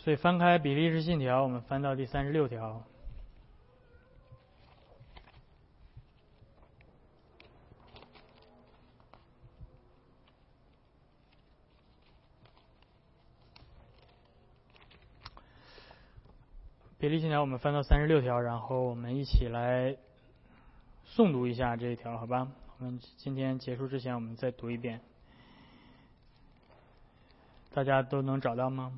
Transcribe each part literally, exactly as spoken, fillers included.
所以翻开比利时信条，我们翻到第三十六条。比利时信条我们翻到三十六条，然后我们一起来诵读一下这一条，好吧？我们今天结束之前，我们再读一遍。大家都能找到吗？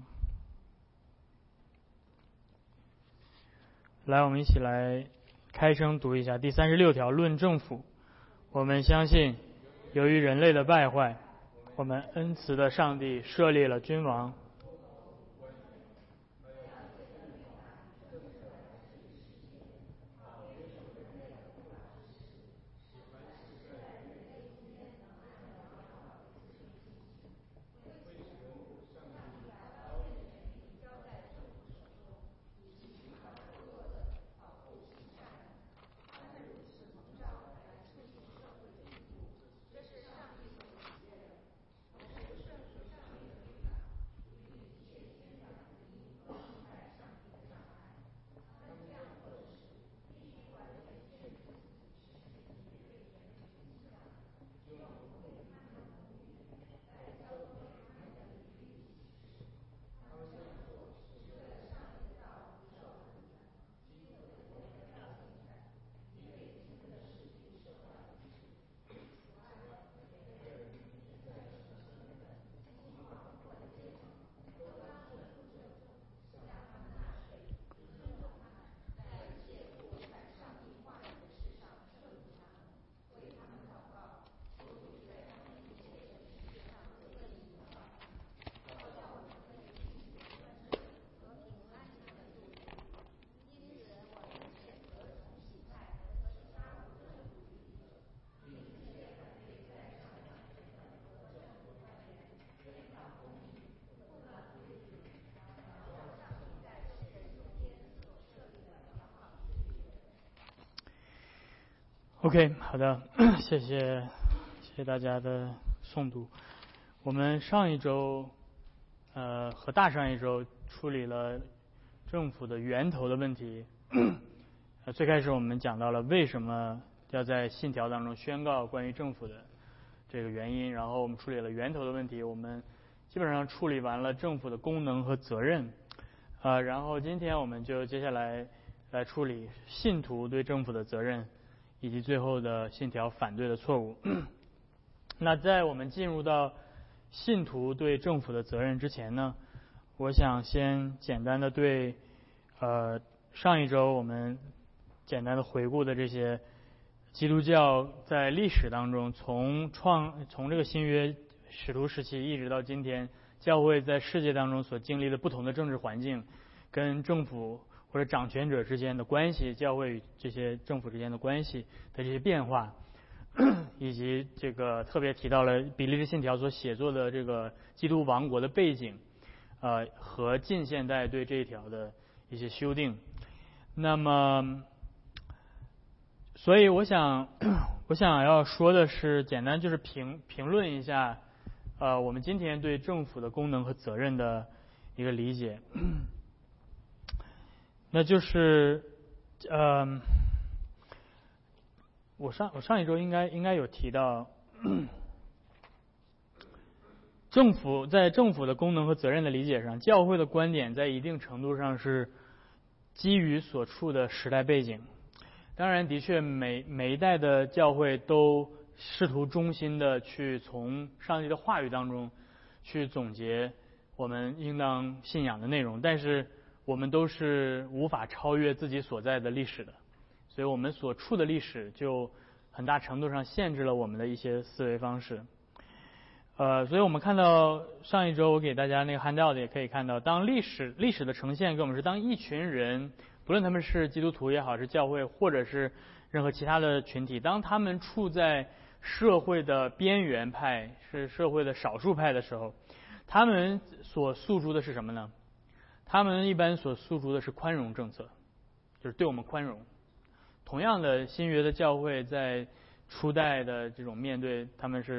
来，我们一起来开声读一下第三十六条，论政府。我们相信，由于人类的败坏，我们恩慈的上帝设立了君王。OK， 好的，谢谢，谢谢大家的诵读。我们上一周，呃，和大上一周处理了政府的源头的问题。呃，最开始我们讲到了为什么要在信条当中宣告关于政府的这个原因，然后我们处理了源头的问题，我们基本上处理完了政府的功能和责任。呃，然后今天我们就接下来来处理信徒对政府的责任。以及最后的信条反对的错误。那在我们进入到信徒对政府的责任之前呢，我想先简单的对呃上一周我们简单的回顾的这些基督教在历史当中从创从这个新约使徒时期一直到今天，教会在世界当中所经历的不同的政治环境跟政府或者掌权者之间的关系，教会与这些政府之间的关系的这些变化，以及这个特别提到了比利时信条所写作的这个基督王国的背景，呃，和近现代对这一条的一些修订。那么，所以我想，我想要说的是，简单就是评评论一下，呃，我们今天对政府的功能和责任的一个理解。那就是，呃，我上我上一周应该应该有提到，政府在政府的功能和责任的理解上，教会的观点在一定程度上是基于所处的时代背景。当然，的确每每一代的教会都试图衷心的去从上帝的话语当中去总结我们应当信仰的内容，但是我们都是无法超越自己所在的历史的，所以我们所处的历史就很大程度上限制了我们的一些思维方式。呃，所以我们看到上一周我给大家那个handout也可以看到，当历史历史的呈现给我们是当一群人，不论他们是基督徒也好，是教会或者是任何其他的群体，当他们处在社会的边缘派，是社会的少数派的时候，他们所诉诸的是什么呢？他们一般所诉诸的是宽容政策，就是对我们宽容。同样的，新约的教会在初代的这种面对他们是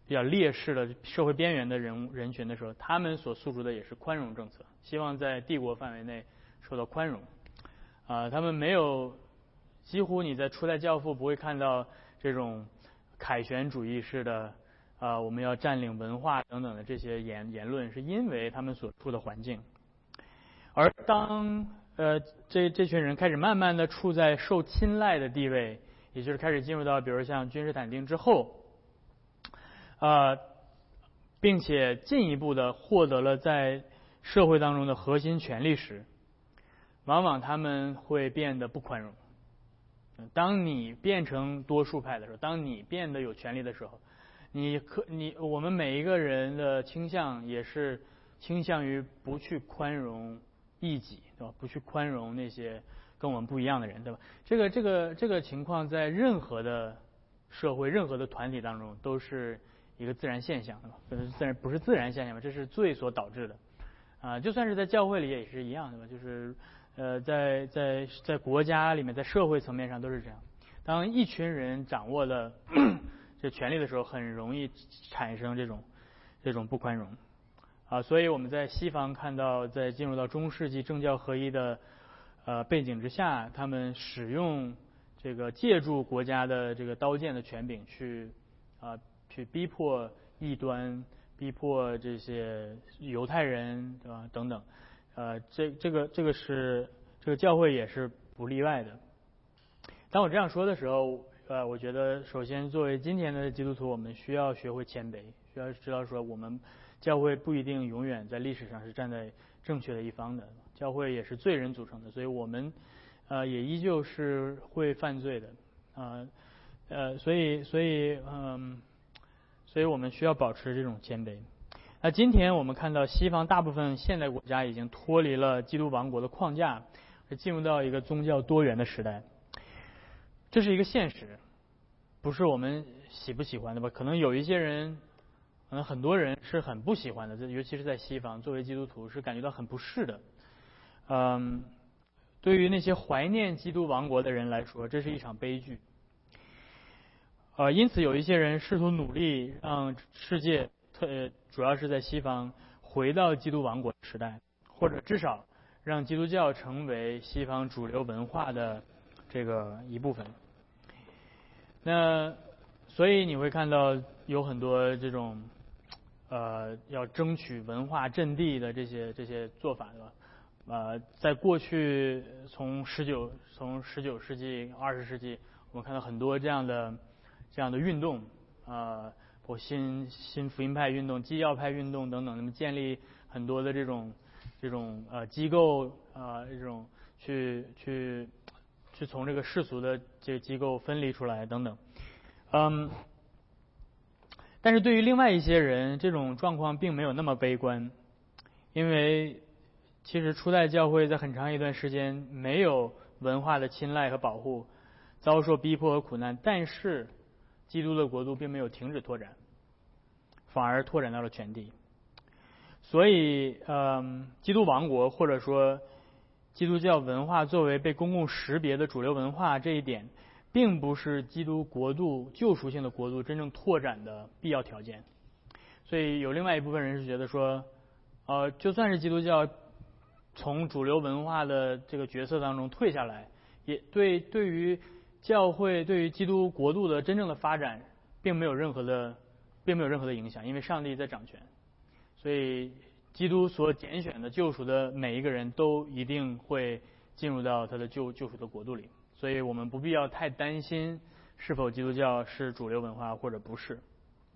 比较劣势的社会边缘的人人群的时候，他们所诉诸的也是宽容政策，希望在帝国范围内受到宽容。啊、呃，他们没有，几乎你在初代教父不会看到这种凯旋主义式的啊、呃，我们要占领文化等等的这些言言论，是因为他们所处的环境。而当呃这这群人开始慢慢的处在受青睐的地位，也就是开始进入到比如像君士坦丁之后，呃，并且进一步的获得了在社会当中的核心权力时，往往他们会变得不宽容。当你变成多数派的时候，当你变得有权利的时候，你可你我们每一个人的倾向也是倾向于不去宽容异己，对吧？不去宽容那些跟我们不一样的人，对吧？这个这个这个情况在任何的社会、任何的团体当中都是一个自然现象，对吧？不是自然不是自然现象吧？这是罪所导致的啊！就算是在教会里也是一样，对吧？就是呃，在在在国家里面，在社会层面上都是这样。当一群人掌握了这权力的时候，很容易产生这种这种不宽容。啊，所以我们在西方看到，在进入到中世纪政教合一的呃背景之下，他们使用这个借助国家的这个刀剑的权柄去啊、呃、去逼迫异端，逼迫这些犹太人，对吧？等等，呃，这这个这个是这个教会也是不例外的。当我这样说的时候，呃，我觉得首先作为今天的基督徒，我们需要学会谦卑，需要知道说我们教会不一定永远在历史上是站在正确的一方的，教会也是罪人组成的，所以我们呃也依旧是会犯罪的，啊 呃, 呃所以所以嗯，所以我们需要保持这种谦卑。那今天我们看到西方大部分现代国家已经脱离了基督王国的框架，进入到一个宗教多元的时代，这是一个现实，不是我们喜不喜欢的吧？可能有一些人。可能很多人是很不喜欢的，尤其是在西方，作为基督徒是感觉到很不适的。嗯，对于那些怀念基督王国的人来说，这是一场悲剧。呃，因此有一些人试图努力让世界，特主要是在西方回到基督王国时代，或者至少让基督教成为西方主流文化的这个一部分。那所以你会看到有很多这种。呃，要争取文化阵地的这些这些做法，对吧？呃，在过去从十九从十九世纪、二十世纪，我们看到很多这样的这样的运动，啊、呃，或新新福音派运动、基要派运动等等，那么建立很多的这种这种呃机构啊、呃，这种去去去从这个世俗的这个机构分离出来等等，嗯。但是对于另外一些人，这种状况并没有那么悲观，因为其实初代教会在很长一段时间没有文化的青睐和保护，遭受逼迫和苦难，但是基督的国度并没有停止拓展，反而拓展到了全地。所以，嗯，基督王国或者说基督教文化作为被公共识别的主流文化这一点，并不是基督国度救赎性的国度真正拓展的必要条件。所以有另外一部分人是觉得说，呃，就算是基督教从主流文化的这个角色当中退下来，也对对于教会对于基督国度的真正的发展，并没有任何的并没有任何的影响，因为上帝在掌权。所以基督所拣选的救赎的每一个人都一定会进入到他的救救赎的国度里。所以我们不必要太担心是否基督教是主流文化或者不是。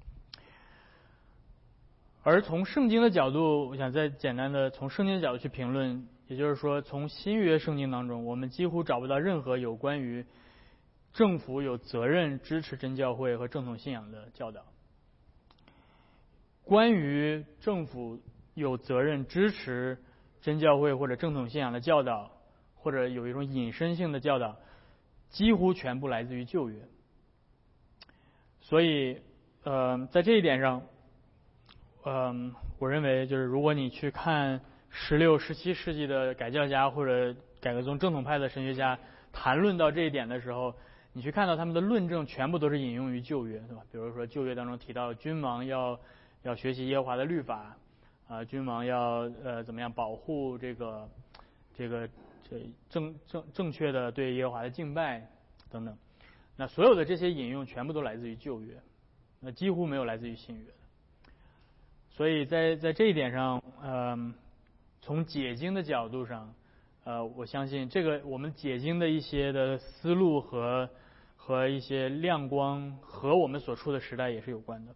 而从圣经的角度，我想再简单的从圣经的角度去评论，也就是说从新约圣经当中，我们几乎找不到任何有关于政府有责任支持真教会和正统信仰的教导。关于政府有责任支持真教会或者正统信仰的教导，或者有一种引申性的教导，几乎全部来自于旧约。所以，呃，在这一点上，嗯、呃，我认为就是如果你去看十六、十七世纪的改教家或者改革宗正统派的神学家谈论到这一点的时候， 你去看到他们的论证全部都是引用于旧约，对吧？比如说旧约当中提到君王要要学习耶和华的律法，啊、呃，君王要呃怎么样保护这个这个这正正正确的对耶和华的敬拜等等。那所有的这些引用全部都来自于旧约，那几乎没有来自于新约的。所以在在这一点上，呃，从解经的角度上，呃，我相信这个我们解经的一些的思路和和一些亮光和我们所处的时代也是有关的。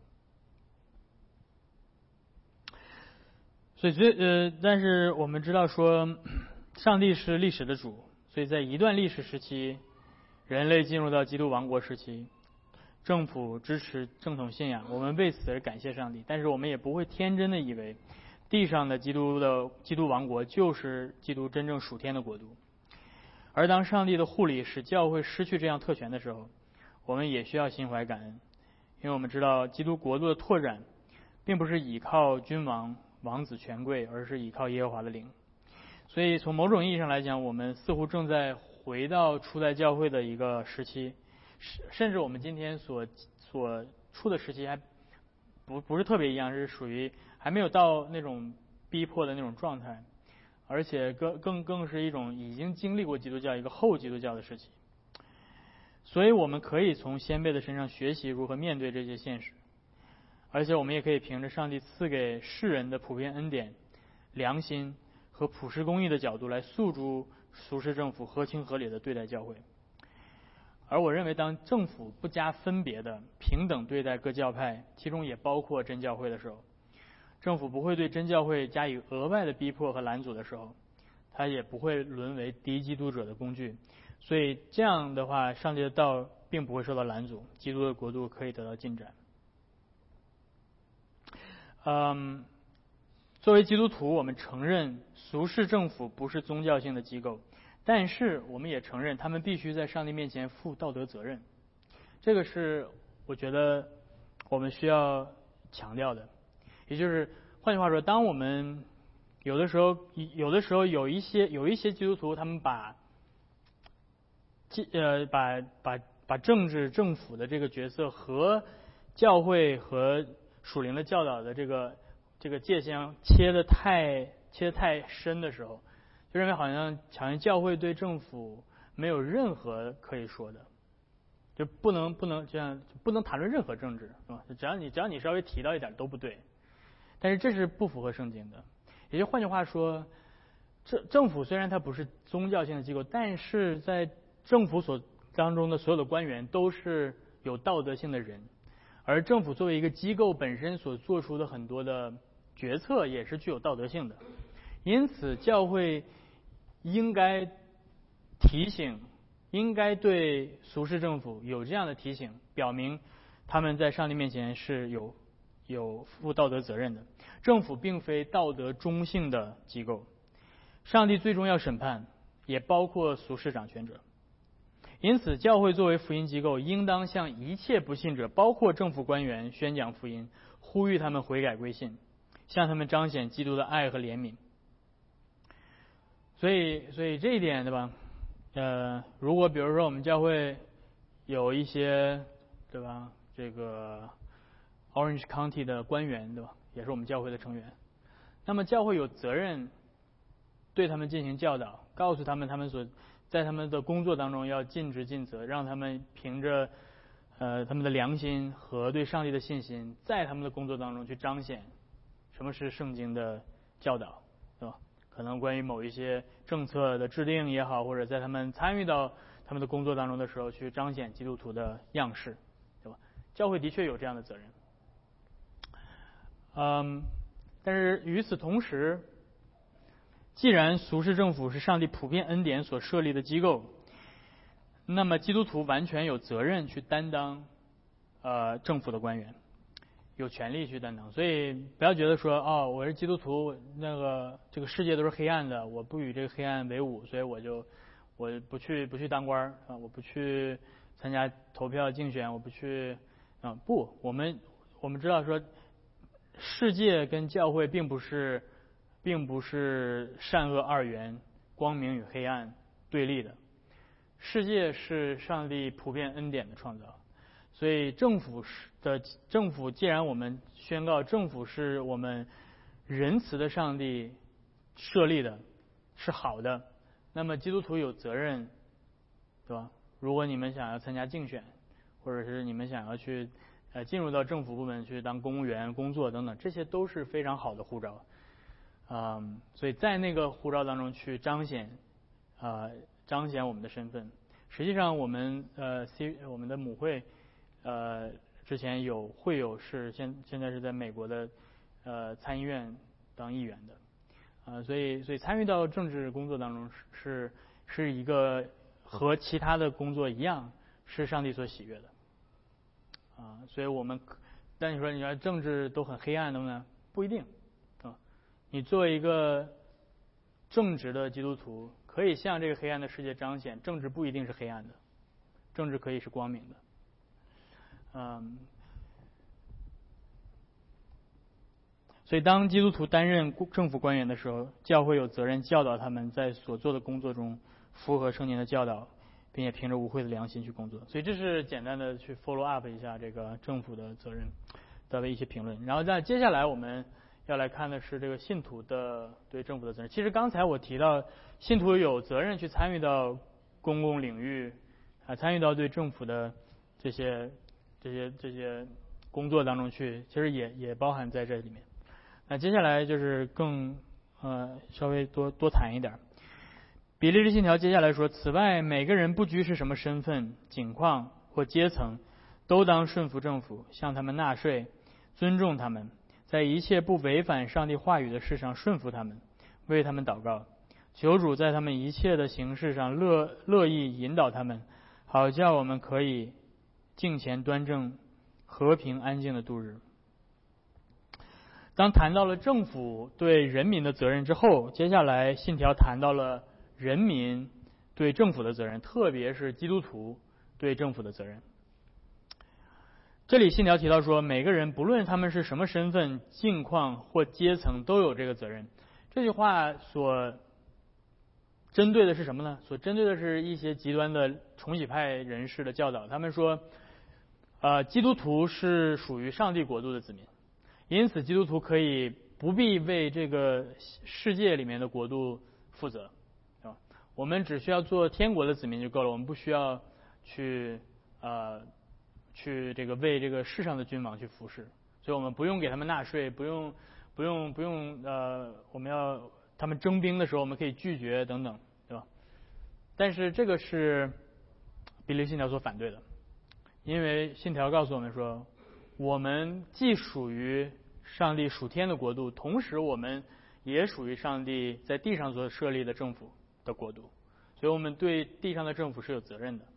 所以，所以呃，但是我们知道说，上帝是历史的主，所以在一段历史时期，人类进入到基督王国时期，政府支持正统信仰，我们为此而感谢上帝。但是我们也不会天真的以为，地上的基督的基督王国就是基督真正属天的国度。而当上帝的护理使教会失去这样特权的时候，我们也需要心怀感恩，因为我们知道基督国度的拓展，并不是依靠君王、王子、权贵，而是依靠耶和华的灵。所以从某种意义上来讲，我们似乎正在回到初代教会的一个时期，甚至我们今天所所处的时期还不不是特别一样，是属于还没有到那种逼迫的那种状态，而且更更更是一种已经经历过基督教一个后基督教的时期。所以我们可以从先辈的身上学习如何面对这些现实，而且我们也可以凭着上帝赐给世人的普遍恩典、良心和普世公义的角度来诉诸俗世政府合情合理的对待教会。而我认为，当政府不加分别的平等对待各教派，其中也包括真教会的时候，政府不会对真教会加以额外的逼迫和拦阻的时候，它也不会沦为敌基督者的工具。所以这样的话，上帝的道并不会受到拦阻，基督的国度可以得到进展。嗯，作为基督徒，我们承认俗世政府不是宗教性的机构，但是我们也承认他们必须在上帝面前负道德责任。这个是我觉得我们需要强调的。也就是换句话说，当我们有的时候有的时候有一些有一些基督徒，他们把呃把把把政治政府的这个角色和教会和属灵的教导的这个这个界限切得太切得太深的时候，就认为好像好像教会对政府没有任何可以说的，就不能不能这样不能谈论任何政治，是吧？只要你只要你稍微提到一点都不对。但是这是不符合圣经的。也就换句话说，政政府虽然它不是宗教性的机构，但是在政府所当中的所有的官员都是有道德性的人，而政府作为一个机构本身所做出的很多的决策也是具有道德性的。因此，教会应该提醒，应该对俗世政府有这样的提醒，表明他们在上帝面前是有有负道德责任的。政府并非道德中性的机构，上帝最终要审判，也包括俗世掌权者。因此，教会作为福音机构，应当向一切不信者，包括政府官员，宣讲福音，呼吁他们悔改归信，向他们彰显基督的爱和怜悯。所以，所以这一点，对吧？呃，如果比如说我们教会有一些，对吧？这个 Orange County 的官员，对吧？也是我们教会的成员。那么教会有责任对他们进行教导，告诉他们他们所在他们的工作当中要尽职尽责，让他们凭着呃他们的良心和对上帝的信心，在他们的工作当中去彰显什么是圣经的教导，对吧？可能关于某一些政策的制定也好，或者在他们参与到他们的工作当中的时候，去彰显基督徒的样式，对吧？教会的确有这样的责任。嗯，但是与此同时，既然俗世政府是上帝普遍恩典所设立的机构，那么基督徒完全有责任去担当呃政府的官员，有权利去担当。所以不要觉得说哦，我是基督徒，那个这个世界都是黑暗的，我不与这个黑暗为伍，所以我就我不去不去当官啊，我不去参加投票竞选，我不去啊不，我们我们知道说。世界跟教会并不是，并不是善恶二元、光明与黑暗对立的。 世界是上帝普遍恩典的创造，所以政府的政府，既然我们宣告政府是我们仁慈的上帝设立的，是好的，那么基督徒有责任，对吧？如果你们想要参加竞选，或者是你们想要去呃进入到政府部门去当公务员工作等等，这些都是非常好的呼召，嗯，所以在那个呼召当中去彰显啊、呃、彰显我们的身份。实际上我们呃 C 我们的母会呃之前有会友是现现在是在美国的呃参议院当议员的，啊、呃，所以所以参与到政治工作当中是是一个和其他的工作一样是上帝所喜悦的，啊、呃，所以我们但你说你说政治都很黑暗的呢？不一定啊，你作为一个正直的基督徒，可以向这个黑暗的世界彰显，政治不一定是黑暗的，政治可以是光明的。嗯，所以当基督徒担任政府官员的时候，教会有责任教导他们在所做的工作中符合圣经的教导，并且凭着无愧的良心去工作。所以这是简单的去 follow up 一下这个政府的责任的一些评论。然后在接下来我们要来看的是这个信徒的对政府的责任。其实刚才我提到信徒有责任去参与到公共领域啊，参与到对政府的这些这些这些工作当中去，其实也也包含在这里面。那接下来就是更呃稍微多多谈一点。比利时信条接下来说，此外每个人不拘是什么身份、境况或阶层，都当顺服政府，向他们纳税，尊重他们，在一切不违反上帝话语的事上顺服他们，为他们祷告，求主在他们一切的行事上乐乐意引导他们，好叫我们可以敬虔端正、和平安静的度日。当谈到了政府对人民的责任之后，接下来信条谈到了人民对政府的责任，特别是基督徒对政府的责任。这里信条提到说，每个人不论他们是什么身份、境况或阶层，都有这个责任。这句话所针对的是什么呢？所针对的是一些极端的重洗派人士的教导。他们说，呃，基督徒是属于上帝国度的子民，因此基督徒可以不必为这个世界里面的国度负责，是吧？我们只需要做天国的子民就够了，我们不需要去呃去这个为这个世上的君王去服侍，所以我们不用给他们纳税，不用不用不用呃我们要他们征兵的时候我们可以拒绝等等，对吧？但是这个是比利信条所反对的，因为信条告诉我们说，我们既属于上帝属天的国度，同时我们也属于上帝在地上所设立的政府的国度，所以我们对地上的政府是有责任的。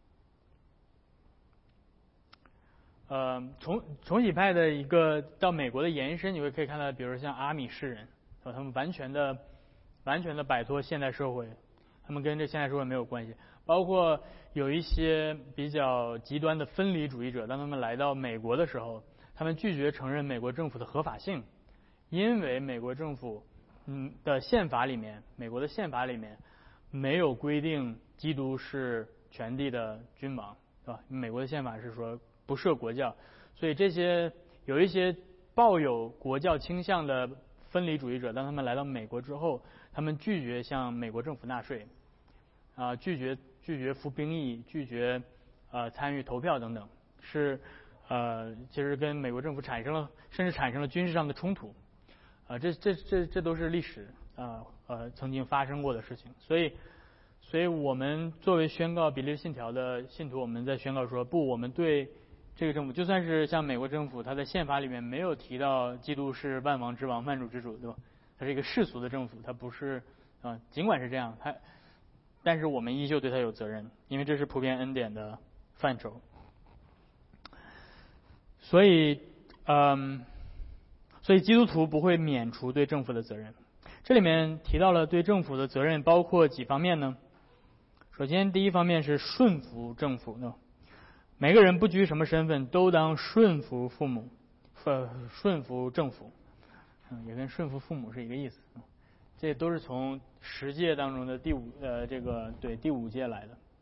呃，重重洗派的一个到美国的延伸，你会可以看到，比如像阿米士人，他们完全的完全的摆脱现代社会，他们跟这现代社会没有关系。包括有一些比较极端的分离主义者，当他们来到美国的时候，他们拒绝承认美国政府的合法性，因为美国政府嗯的宪法里面，美国的宪法里面没有规定基督是全地的君王，是吧？美国的宪法是说不设国教，所以这些有一些抱有国教倾向的分离主义者，当他们来到美国之后，他们拒绝向美国政府纳税，啊、呃，拒绝拒绝服兵役，拒绝呃参与投票等等，是呃其实跟美国政府产生了甚至产生了军事上的冲突，啊、呃，这这这这都是历史啊 呃, 呃曾经发生过的事情，所以。所以我们作为宣告比利时信条的信徒，我们在宣告说，不，我们对这个政府，就算是像美国政府，它在宪法里面没有提到基督是万王之王、万主之主，对吧？它是一个世俗的政府，它不是啊、呃。尽管是这样，它，但是我们依旧对它有责任，因为这是普遍恩典的范畴。所以，嗯，所以基督徒不会免除对政府的责任。这里面提到了对政府的责任包括几方面呢？首先，第一方面是顺服政府呢。每个人不拘什么身份，都当顺服父母，呃，顺服政府，嗯，也跟顺服父母是一个意思。这都是从十诫当中的第五呃这个对第五诫来的，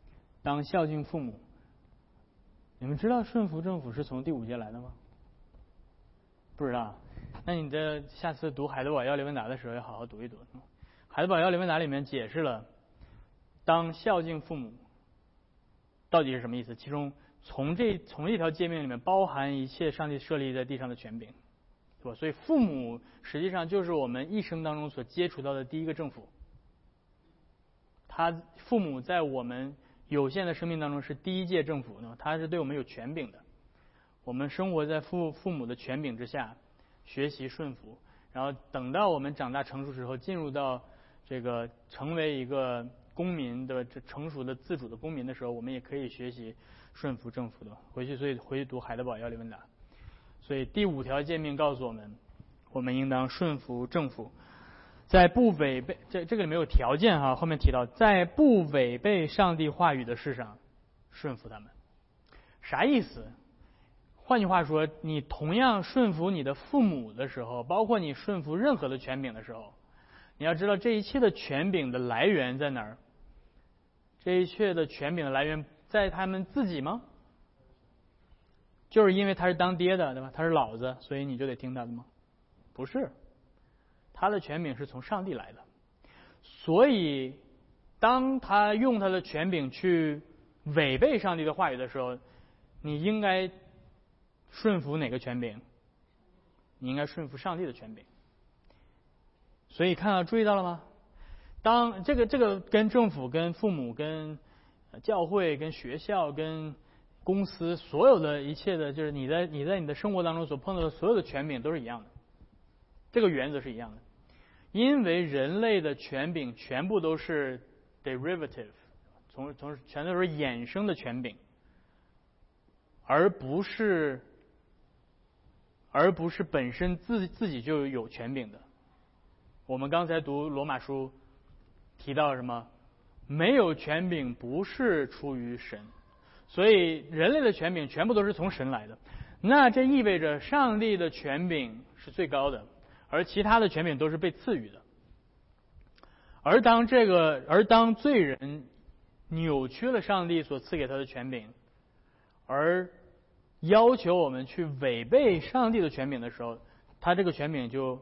当孝敬父母。你们知道顺服政府是从第五节来的吗？不知道？那你的下次读海德堡要理问答的时候要好好读一读。海德堡要理问答里面解释了当孝敬父母到底是什么意思，其中从这从这条诫命里面包含一切上帝设立在地上的权柄，对吧？所以父母实际上就是我们一生当中所接触到的第一个政府。他父母在我们有限的生命当中是第一届政府呢，他是对我们有权柄的。我们生活在父父母的权柄之下，学习顺服，然后等到我们长大成熟之后，进入到这个成为一个公民的这成熟的自主的公民的时候，我们也可以学习顺服政府的。回去所以回去读海德堡要理问答。所以第五条诫命告诉我们，我们应当顺服政府。在不违背这这个里没有条件哈，后面提到在不违背上帝话语的事上顺服他们，啥意思？换句话说，你同样顺服你的父母的时候，包括你顺服任何的权柄的时候，你要知道这一切的权柄的来源在哪儿？这一切的权柄的来源在他们自己吗？就是因为他是当爹的，对吧？他是老子，所以你就得听他的吗？不是。他的权柄是从上帝来的，所以当他用他的权柄去违背上帝的话语的时候，你应该顺服哪个权柄？你应该顺服上帝的权柄。所以看到注意到了吗？当这个这个跟政府、跟父母、跟教会、跟学校、跟公司所有的一切的，就是你在你在你的生活当中所碰到的所有的权柄都是一样的。这个原则是一样的，因为人类的权柄全部都是 derivative， 从从全都是衍生的权柄，而不是而不是本身自自己就有权柄的。我们刚才读罗马书提到什么？没有权柄不是出于神，所以人类的权柄全部都是从神来的。那这意味着上帝的权柄是最高的。而其他的权柄都是被赐予的，而当这个，而当罪人扭曲了上帝所赐给他的权柄，而要求我们去违背上帝的权柄的时候，他这个权柄就，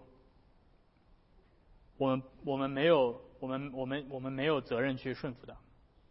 我们我们没有，我们我们我们没有责任去顺服的，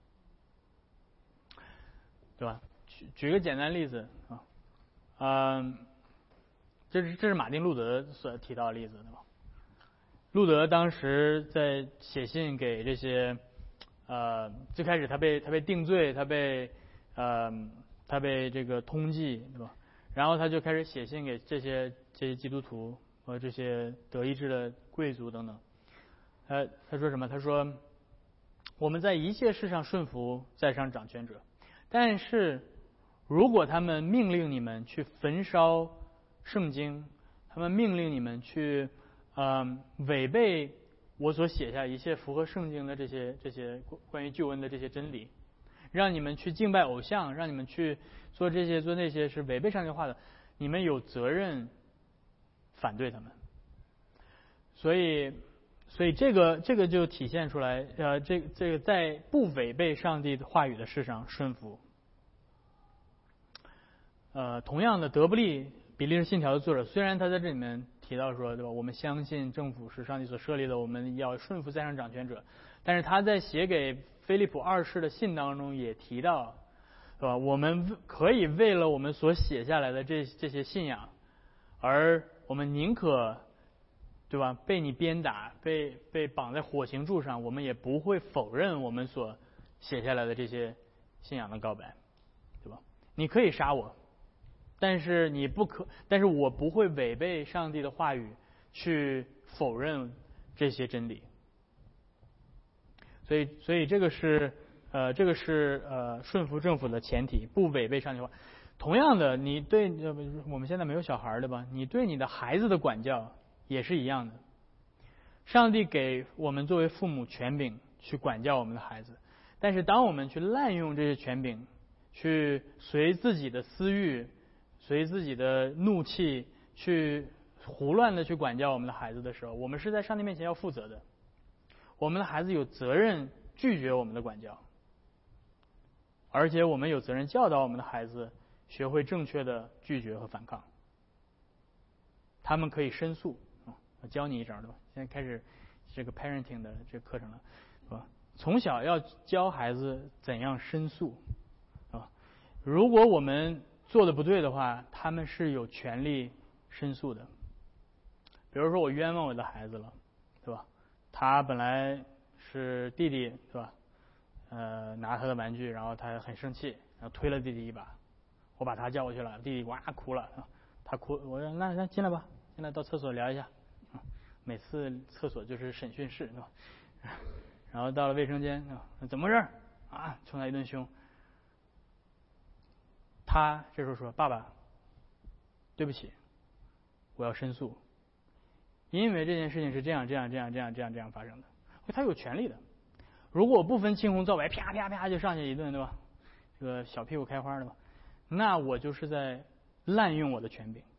对吧？举举个简单例子啊，嗯。这是这是马丁路德所提到的例子，对吧？路德当时在写信给这些，呃，最开始他被他被定罪，他被呃他被这个通缉，对吧？然后他就开始写信给这些这些基督徒和这些德意志的贵族等等。他他说什么？他说我们在一切事上顺服在上掌权者，但是如果他们命令你们去焚烧圣经，他们命令你们去，呃，违背我所写下一切符合圣经的这些这些关于救恩的这些真理，让你们去敬拜偶像，让你们去做这些做那些是违背上帝话的，你们有责任反对他们。所以，所以这个这个就体现出来，呃，这这个在不违背上帝的话语的事上顺服。呃，同样的，德布利。比利时信条的作者，虽然他在这里面提到说，对吧？我们相信政府是上帝所设立的，我们要顺服在上掌权者。但是他在写给菲利普二世的信当中也提到，对吧？我们可以为了我们所写下来的这这些信仰，而我们宁可，对吧？被你鞭打，被被绑在火刑柱上，我们也不会否认我们所写下来的这些信仰的告白，对吧？你可以杀我。但是你不可，但是我不会违背上帝的话语去否认这些真理。所以，所以这个是呃，这个是呃顺服政府的前提，不违背上帝话。同样的，你对我们现在没有小孩对吧？你对你的孩子的管教也是一样的。上帝给我们作为父母权柄去管教我们的孩子，但是当我们去滥用这些权柄，去随自己的私欲。随自己的怒气去胡乱的去管教我们的孩子的时候，我们是在上帝面前要负责的。我们的孩子有责任拒绝我们的管教， 而且我们有责任教导我们的孩子学会正确的拒绝和反抗。他们可以申诉啊，我教你一招，对吧？现在开始这个 parenting 的这个课程了，是吧？从小要教孩子怎样申诉啊。如果我们做的不对的话，他们是有权利申诉的。比如说我冤枉我的孩子了，对吧？他本来是弟弟，对吧？呃，拿他的玩具，然后他很生气，然后推了弟弟一把，我把他叫过去了，弟弟哇哭了，他哭，我说那那进来吧，进来到厕所聊一下。每次厕所就是审讯室，对吧？然后到了卫生间，怎么回事啊？冲他一顿凶。他这时候说：“爸爸，对不起，我要申诉，因为这件事情是这样这样这样这样这样这样发生的。”他有权利的。如果我不分青红皂白，啪啪啪就上去一顿，对吧？这个小屁股开花，对吧？那我就是在滥用我的权柄。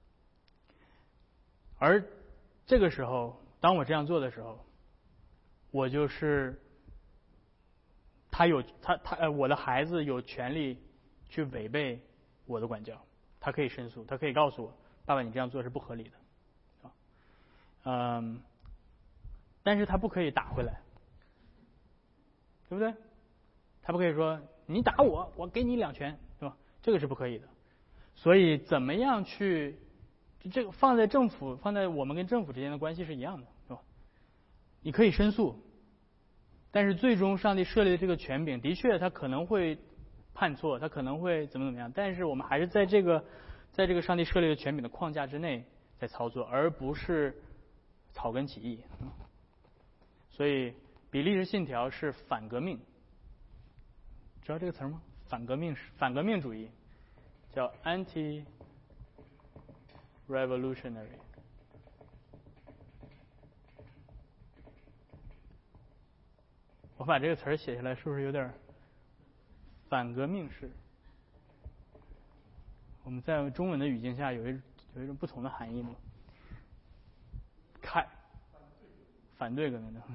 而这个时候，当我这样做的时候，我就是他有他他呃我的孩子有权利去违背我的管教，他可以申诉，他可以告诉我，爸爸你这样做是不合理的，啊，嗯，但是他不可以打回来，对不对？他不可以说你打我，我给你两拳，对吧？这个是不可以的。所以怎么样去？这个放在政府，放在我们跟政府之间的关系是一样的，是吧？你可以申诉，但是最终上帝设立的这个权柄，的确他可能会判错，他可能会怎么怎么样，但是我们还是在这个在这个上帝设立的权柄的框架之内在操作，而不是草根起义。所以比利时信条是反革命，知道这个词吗？反革命反革命主义叫 anti revolutionary。我把这个词儿写下来，是不是有点反革命式？我们在中文的语境下有一有一种不同的含义吗？凯，反对革命的。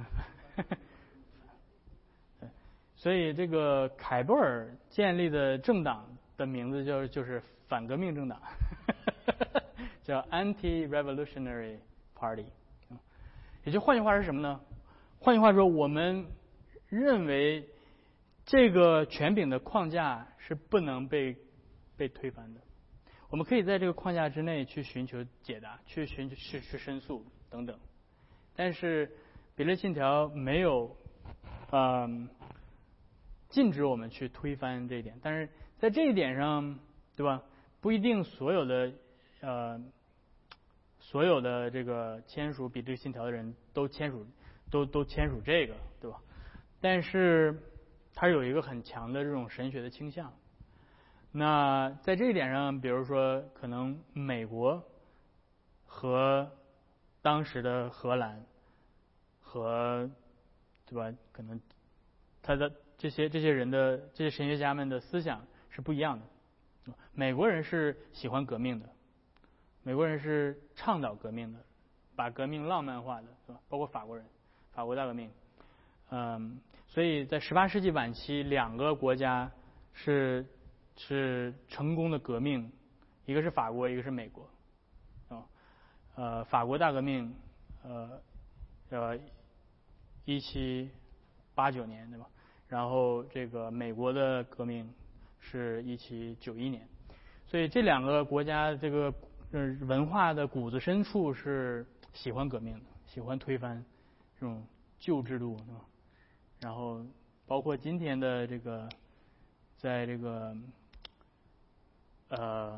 所以这个凯布尔建立的政党的名字就就是反革命政党。叫 Anti-Revolutionary Party， 也就换句话是什么呢？换句话说，我们认为这个权柄的框架是不能被被推翻的。我们可以在这个框架之内去寻求解答，去寻求去去申诉等等。但是比利信条没有嗯禁止我们去推翻这一点，但是在这一点上，对吧？不一定所有的呃，所有的这个签署比利信条的人都签署，都都签署这个，对吧？但是它有一个很强的这种神学的倾向。那在这一点上，比如说，可能美国和当时的荷兰和，对吧？可能他的这些这些人的这些神学家们的思想是不一样的。美国人是喜欢革命的。美国人是倡导革命的，把革命浪漫化的，是吧？包括法国人，法国大革命，嗯，所以在十八世纪晚期，两个国家是是成功的革命，一个是法国，一个是美国，啊，呃，法国大革命，呃，呃，一七八九年，对吧？然后这个美国的革命是一七九一年，所以这两个国家这个。文化的骨子深处是喜欢革命的，喜欢推翻这种旧制度，对吧？然后包括今天的这个，在这个呃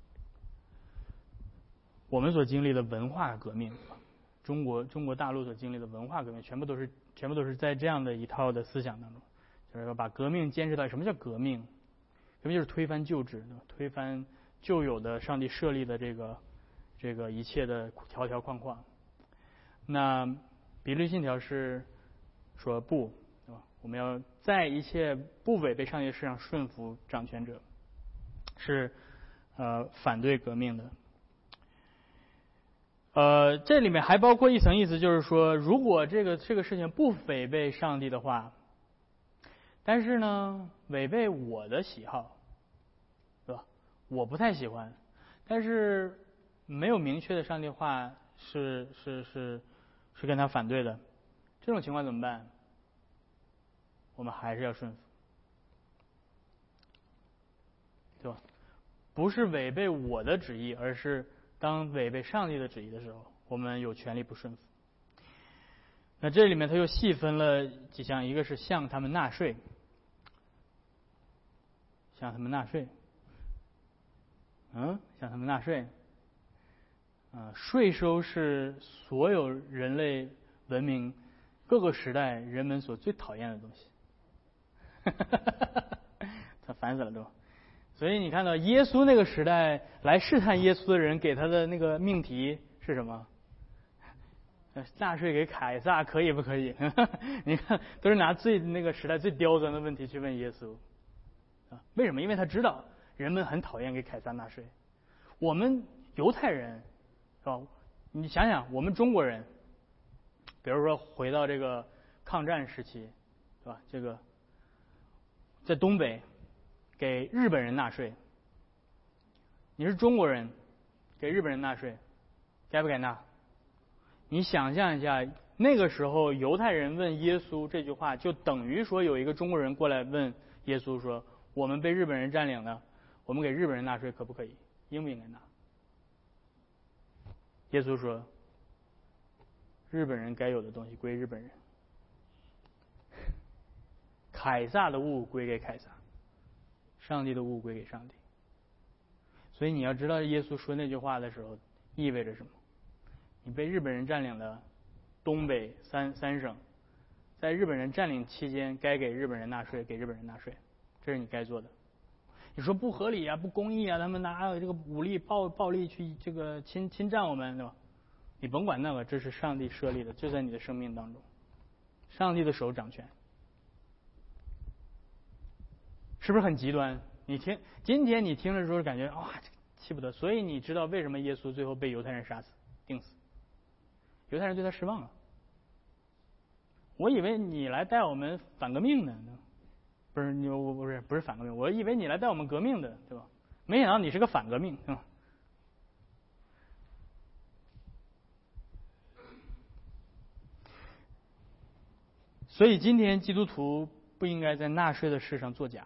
我们所经历的文化革命，中国中国大陆所经历的文化革命，全部都是全部都是在这样的一套的思想当中，就是要把革命坚持到什么叫革命？革命就是推翻旧制，推翻旧有的上帝设立的这个这个一切的条条框框。那比利信条是说不，对吧？我们要在一切不违背上帝的事上顺服掌权者，是呃反对革命的。呃，这里面还包括一层意思，就是说，如果这个这个事情不违背上帝的话， 但是呢，违背我的喜好，对吧？我不太喜欢，但是没有明确的上帝话是是是是跟他反对的，这种情况怎么办？我们还是要顺服，对吧？不是违背我的旨意，而是当违背上帝的旨意的时候，我们有权利不顺服。那这里面他又细分了几项，一个是向他们纳税，向他们纳税，嗯，向他们纳税，啊，税收是所有人类文明各个时代人们所最讨厌的东西，他烦死了都。所以你看到耶稣那个时代来试探耶稣的人给他的那个命题是什么？纳税给凯撒可以不可以？你看，都是拿最那个时代最刁钻的问题去问耶稣啊？为什么？因为他知道人们很讨厌给凯撒纳税。我们犹太人是吧？你想想，我们中国人，比如说回到这个抗战时期，是吧？这个在东北给日本人纳税，你是中国人，给日本人纳税，该不该纳？你想象一下，那个时候犹太人问耶稣这句话，就等于说有一个中国人过来问耶稣说：“我们被日本人占领了，我们给日本人纳税可不可以？应不应该纳？”耶稣说：“日本人该有的东西归日本人，凯撒的物归给凯撒，上帝的物归给上帝。”所以你要知道，耶稣说那句话的时候意味着什么？你被日本人占领了东北三三省，在日本人占领期间，该给日本人纳税，给日本人纳税，这是你该做的。你说不合理啊，不公义啊，他们拿这个武力暴暴力去这个侵侵占我们，对吧？你甭管那个，这是上帝设立的，就在你的生命当中，上帝的手掌权，是不是很极端？你听，今天你听的时候感觉哇，气不得，所以你知道为什么耶稣最后被犹太人杀死、钉死？犹太人对他失望了。我以为你来带我们反革命的，不是你我不是不是反革命，我以为你来带我们革命的，对吧？没想到你是个反革命，是吧？所以今天基督徒不应该在纳税的事上作假。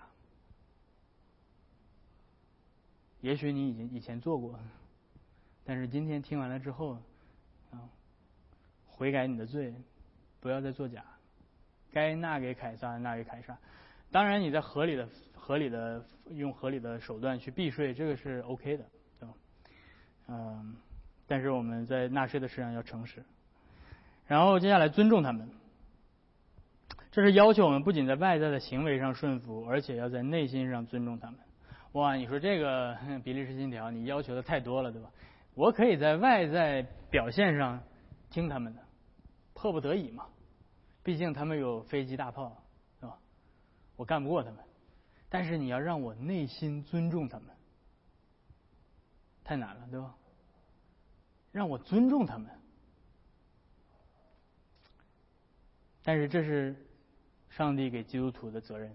也许你已经以前做过，但是今天听完了之后，啊，悔改你的罪，不要再作假。该纳给凯撒纳给凯撒，当然你在合理的、合理的用合理的手段去避税，这个是 OK 的，对吧？嗯，但是我们在纳税的事上要诚实。然后接下来尊重他们，这是要求我们不仅在外在的行为上顺服，而且要在内心上尊重他们。哇，你说这个比利时信条你要求的太多了，对吧？我可以在外在表现上听他们的，迫不得已嘛，毕竟他们有飞机大炮，是吧？我干不过他们，但是你要让我内心尊重他们，太难了，对吧？让我尊重他们，但是这是上帝给基督徒的责任。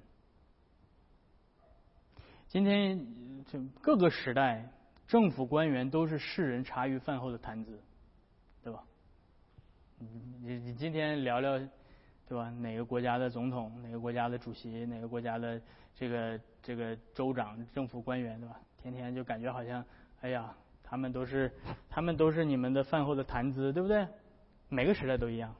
今天这各个时代，政府官员都是世人茶余饭后的谈资，对吧？你你今天聊聊，对吧？哪个国家的总统，哪个国家的主席，哪个国家的这个这个州长、政府官员，对吧？天天就感觉好像，哎呀，他们都是他们都是你们的饭后的谈资，对不对？每个时代都一样，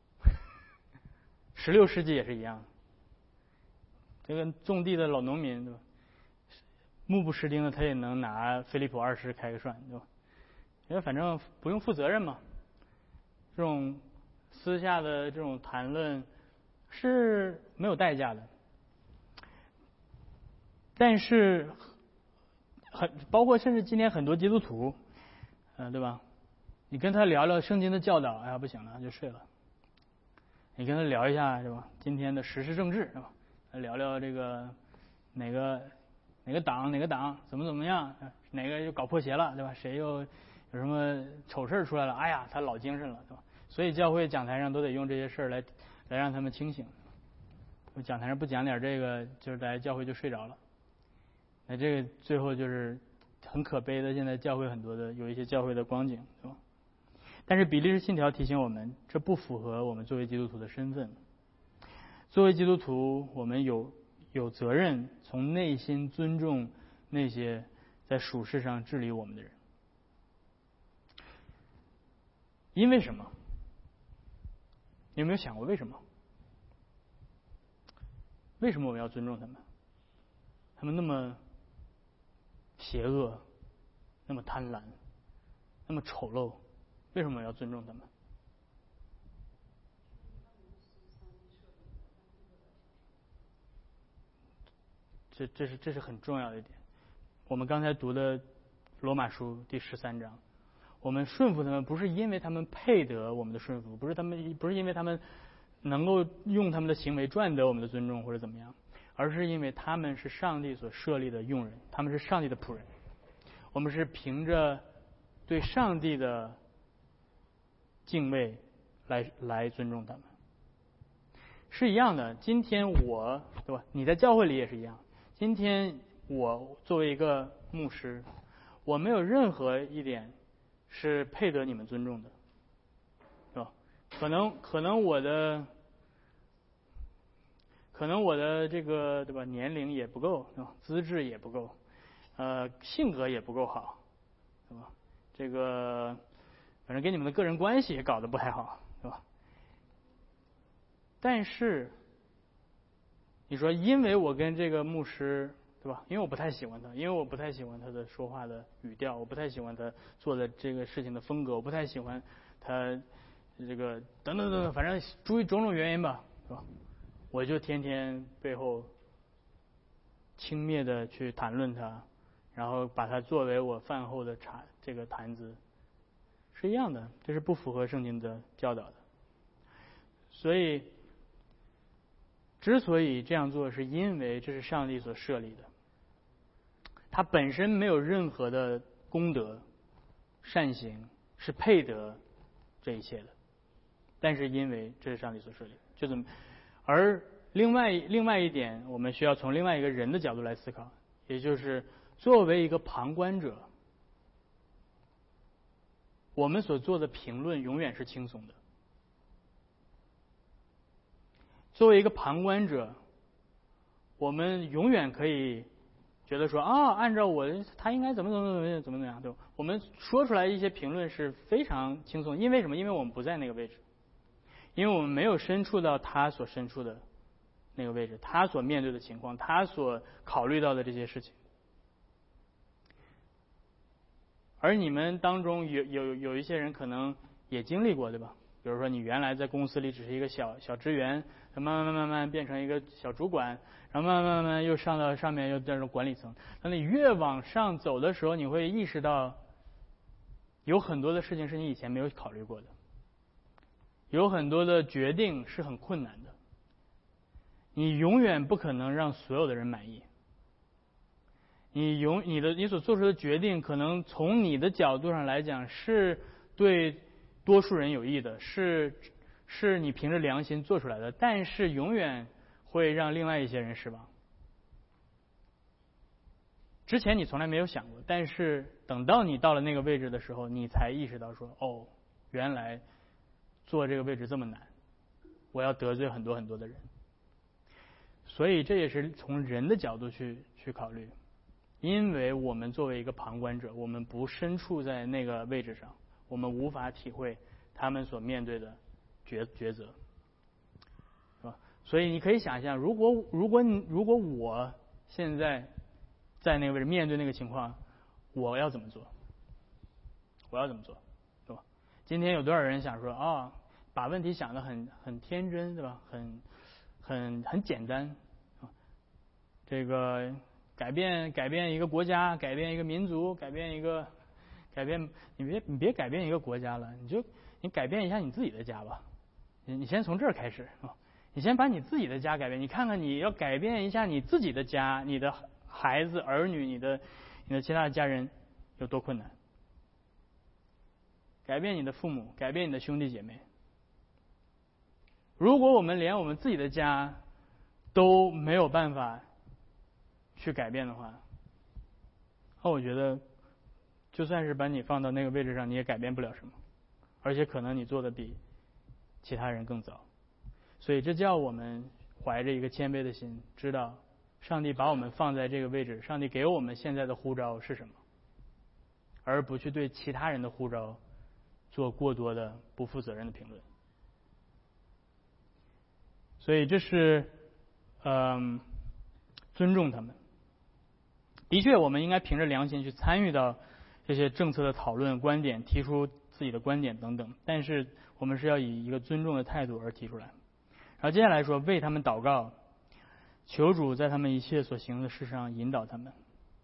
十六世纪也是一样。这个种地的老农民，对吧？目不识丁的他也能拿菲利普二世开个涮，对吧？因为反正不用负责任嘛。这种私下的这种谈论是没有代价的，但是很包括甚至今天很多基督徒，嗯、呃，对吧？你跟他聊聊圣经的教导，哎呀不行了就睡了。你跟他聊一下，是吧？今天的时事政治，是吧？聊聊这个哪个哪个党哪个党怎么怎么样，哪个又搞破鞋了，对吧？谁又有什么丑事出来了？哎呀，他老精神了，对吧？所以教会讲台上都得用这些事儿来来让他们清醒。 讲台上不讲点这个，就是大家教会就睡着了。那这个最后就是很可悲的，现在教会很多的有一些教会的光景，对吧？但是比利时信条提醒我们，这不符合我们作为基督徒的身份。作为基督徒，我们有有责任从内心尊重那些在属世上治理我们的人。因为什么？你有没有想过为什么？为什么我们要尊重他们？他们那么邪恶，那么贪婪，那么丑陋，为什么要尊重他们？这这是这是很重要的一点。我们刚才读的罗马书第十三章，我们顺服他们不是因为他们配得我们的顺服，不是他们不是因为他们能够用他们的行为赚得我们的尊重或者怎么样，而是因为他们是上帝所设立的用人，他们是上帝的仆人。我们是凭着对上帝的敬畏来来尊重他们，是一样的。今天我对吧？你在教会里也是一样。今天我作为一个牧师，我没有任何一点是配得你们尊重的，对吧？可能可能我的可能我的这个对吧年龄也不够，对吧？资质也不够，呃，性格也不够好，对吧？这个反正跟你们的个人关系也搞得不太好，对吧？但是你说，因为我跟这个牧师，对吧？因为我不太喜欢他，因为我不太喜欢他的说话的语调，我不太喜欢他做的这个事情的风格，我不太喜欢他这个等等等等，反正诸于种种原因吧，是吧？我就天天背后轻蔑的去谈论他，然后把他作为我饭后的茶这个谈资，是一样的，这是不符合圣经的教导的。所以之所以这样做，是因为这是上帝所设立的，他本身没有任何的功德善行是配得这一切的，但是因为这是上帝所设立的，就这么。而另外另外一点，我们需要从另外一个人的角度来思考，也就是作为一个旁观者，我们所做的评论永远是轻松的。作为一个旁观者，我们永远可以觉得说啊，按照我他应该怎么怎么怎么怎么怎么样，对吧？我们说出来一些评论是非常轻松，因为什么？因为我们不在那个位置，因为我们没有身处到他所身处的那个位置，他所面对的情况，他所考虑到的这些事情。而你们当中有有有一些人可能也经历过，对吧？比如说你原来在公司里只是一个小小职员，慢慢慢慢慢变成一个小主管，然后慢慢慢慢又上到上面又这种管理层。当你越往上走的时候，你会意识到有很多的事情是你以前没有考虑过的，有很多的决定是很困难的，你永远不可能让所有的人满意。你永你的你所做出的决定，可能从你的角度上来讲是对多数人有益的，是是你凭着良心做出来的，但是永远会让另外一些人失望。之前你从来没有想过，但是等到你到了那个位置的时候，你才意识到说，哦，原来做这个位置这么难，我要得罪很多很多的人。所以这也是从人的角度去去考虑。因为我们作为一个旁观者，我们不身处在那个位置上，我们无法体会他们所面对的抉抉择，是吧？所以你可以想象，如果如果你如果我现在在那个位置面对那个情况，我要怎么做？我要怎么做，对吧？今天有多少人想说啊、哦，把问题想得很很天真，对吧？很很很简单啊，这个。改变改变一个国家，改变一个民族，改变一个改变你别你别改变一个国家了，你就你改变一下你自己的家吧。你你先从这儿开始啊，你先把你自己的家改变。你看看你要改变一下你自己的家，你的孩子儿女，你的你的其他的家人有多困难？改变你的父母，改变你的兄弟姐妹。如果我们连我们自己的家都没有办法去改变的话，那我觉得就算是把你放到那个位置上，你也改变不了什么，而且可能你做的比其他人更早。所以这叫我们怀着一个谦卑的心，知道上帝把我们放在这个位置，上帝给我们现在的呼召是什么，而不去对其他人的呼召做过多的不负责任的评论。所以这是嗯尊重他们。的确我们应该凭着良心去参与到这些政策的讨论、观点，提出自己的观点等等，但是我们是要以一个尊重的态度而提出来。然后接下来说，为他们祷告，求主在他们一切所行的事上引导他们。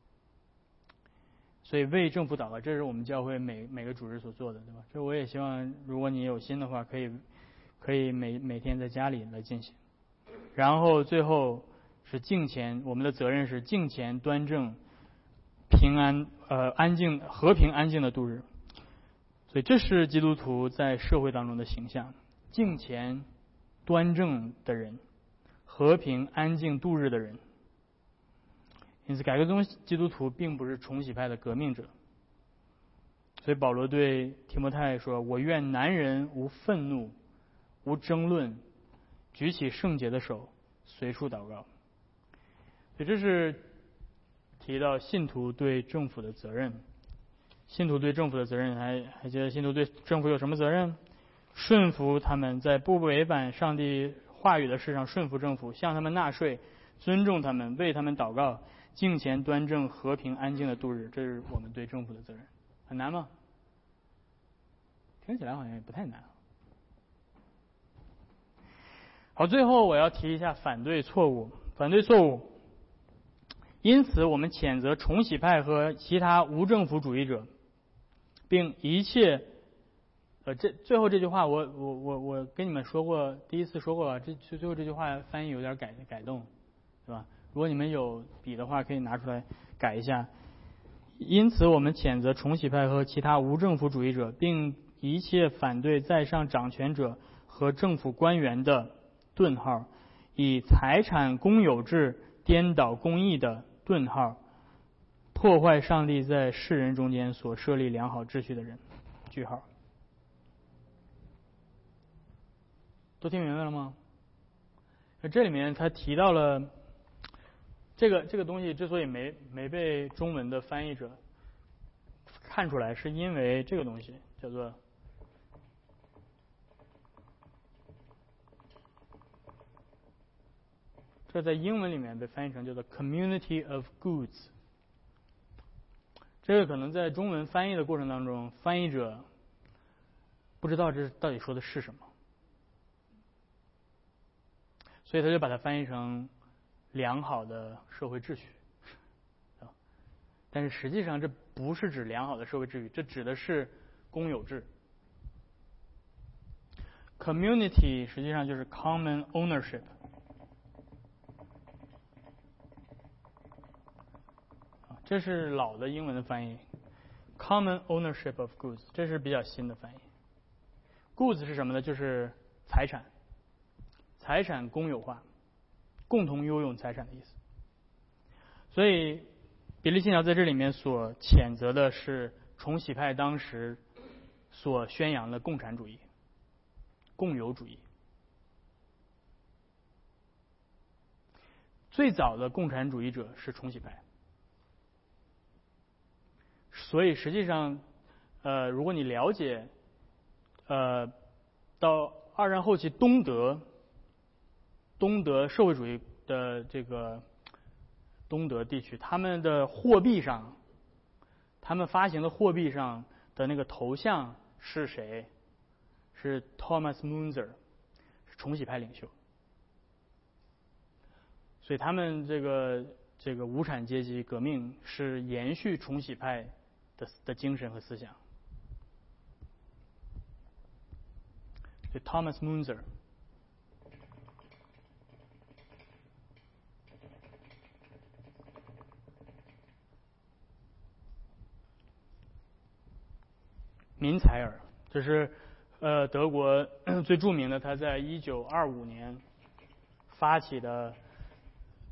所以为政府祷告，这是我们教会每每个主日所做的，对吧？这我也希望，如果你有心的话，可以可以每每天在家里来进行。然后最后是敬虔，我们的责任是敬虔端正、平安呃安静、和平安静的度日。所以这是基督徒在社会当中的形象：敬虔端正的人，和平安静度日的人。因此改革宗基督徒并不是重洗派的革命者。所以保罗对提摩太说，我愿男人无愤怒，无争论，举起圣洁的手，随处祷告。所以这是提到信徒对政府的责任。信徒对政府的责任，还还记得信徒对政府有什么责任？顺服他们，在不违反上帝话语的事上顺服政府，向他们纳税，尊重他们，为他们祷告，敬虔端正、和平安静的度日。这是我们对政府的责任。很难吗？听起来好像也不太难。好，最后我要提一下反对错误。反对错误。因此我们谴责重洗派和其他无政府主义者，并一切呃，这最后这句话我我我我跟你们说过，第一次说过了，这最后这句话翻译有点改改动，对吧？如果你们有笔的话，可以拿出来改一下。因此我们谴责重洗派和其他无政府主义者，并一切反对在上掌权者和政府官员的顿号，以财产公有制颠倒公义的顿号，破坏上帝在世人中间所设立良好秩序的人句号。都听明白了吗？这里面他提到了这个这个东西之所以没没被中文的翻译者看出来，是因为这个东西叫做这在英文里面被翻译成叫做 community of goods。 这个可能在中文翻译的过程当中，翻译者不知道这到底说的是什么，所以他就把它翻译成良好的社会秩序。但是实际上这不是指良好的社会秩序，这指的是公有制。Community 实际上就是 common ownership。这是老的英文的翻译 ，common ownership of goods， 这是比较新的翻译。goods 是什么呢？就是财产，财产公有化，共同拥有财产的意思。所以比利信条在这里面所谴责的是重洗派当时所宣扬的共产主义、共有主义。最早的共产主义者是重洗派。所以实际上，呃，如果你了解，呃，到二战后期东德，东德社会主义的这个东德地区，他们的货币上，他们发行的货币上的那个头像是谁？是 Thomas Munzer， 是重洗派领袖。所以他们这个这个无产阶级革命是延续重洗派的的精神和思想。所以 Thomas Munzer。民采尔，这是呃德国最著名的，他在一九二五年发起的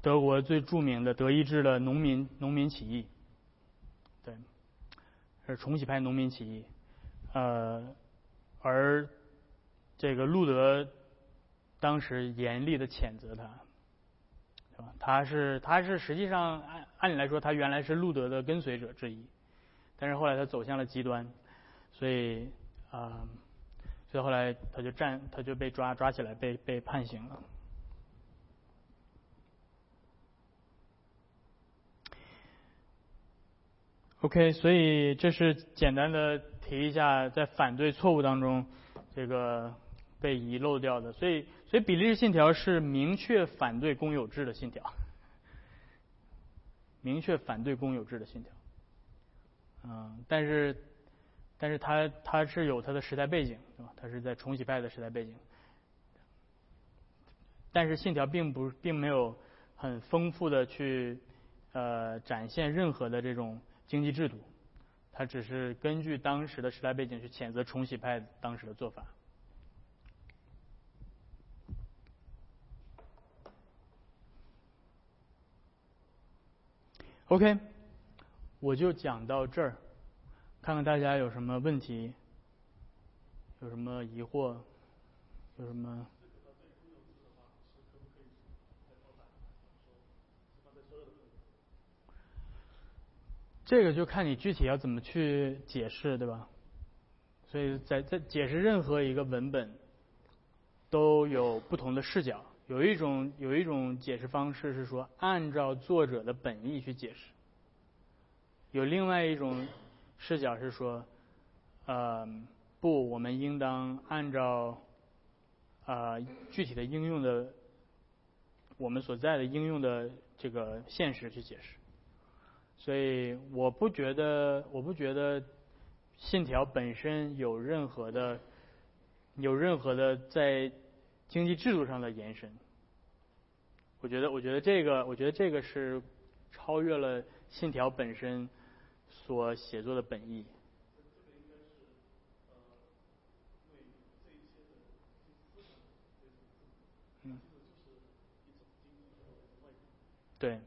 德国最著名的德意志的农民农民起义，对，是重洗派农民起义，呃，而这个路德当时严厉的谴责他，是吧？他是他是实际上按按理来说，他原来是路德的跟随者之一，但是后来他走向了极端，所以啊、呃，所以后来他就站他就被抓抓起来被被判刑了。OK， 所以这是简单的提一下，在反对错误当中，这个被遗漏掉的。所以，所以比利时信条是明确反对公有制的信条，明确反对公有制的信条。嗯，但是，但是它它是有它的时代背景，对吧？它是在重洗派的时代背景，但是信条并不并没有很丰富的去呃展现任何的这种经济制度，它只是根据当时的时代背景去谴责重洗派当时的做法。OK， 我就讲到这儿，看看大家有什么问题，有什么疑惑，有什么？这个就看你具体要怎么去解释，对吧？所以在在解释任何一个文本，都有不同的视角。有一种有一种解释方式是说，按照作者的本意去解释；有另外一种视角是说，呃，不，我们应当按照呃具体的应用的我们所在的应用的这个现实去解释。所以我不觉得，我不觉得信条本身有任何的有任何的在经济制度上的延伸。我觉得，我觉得这个，我觉得这个是超越了信条本身所写作的本意。嗯，对。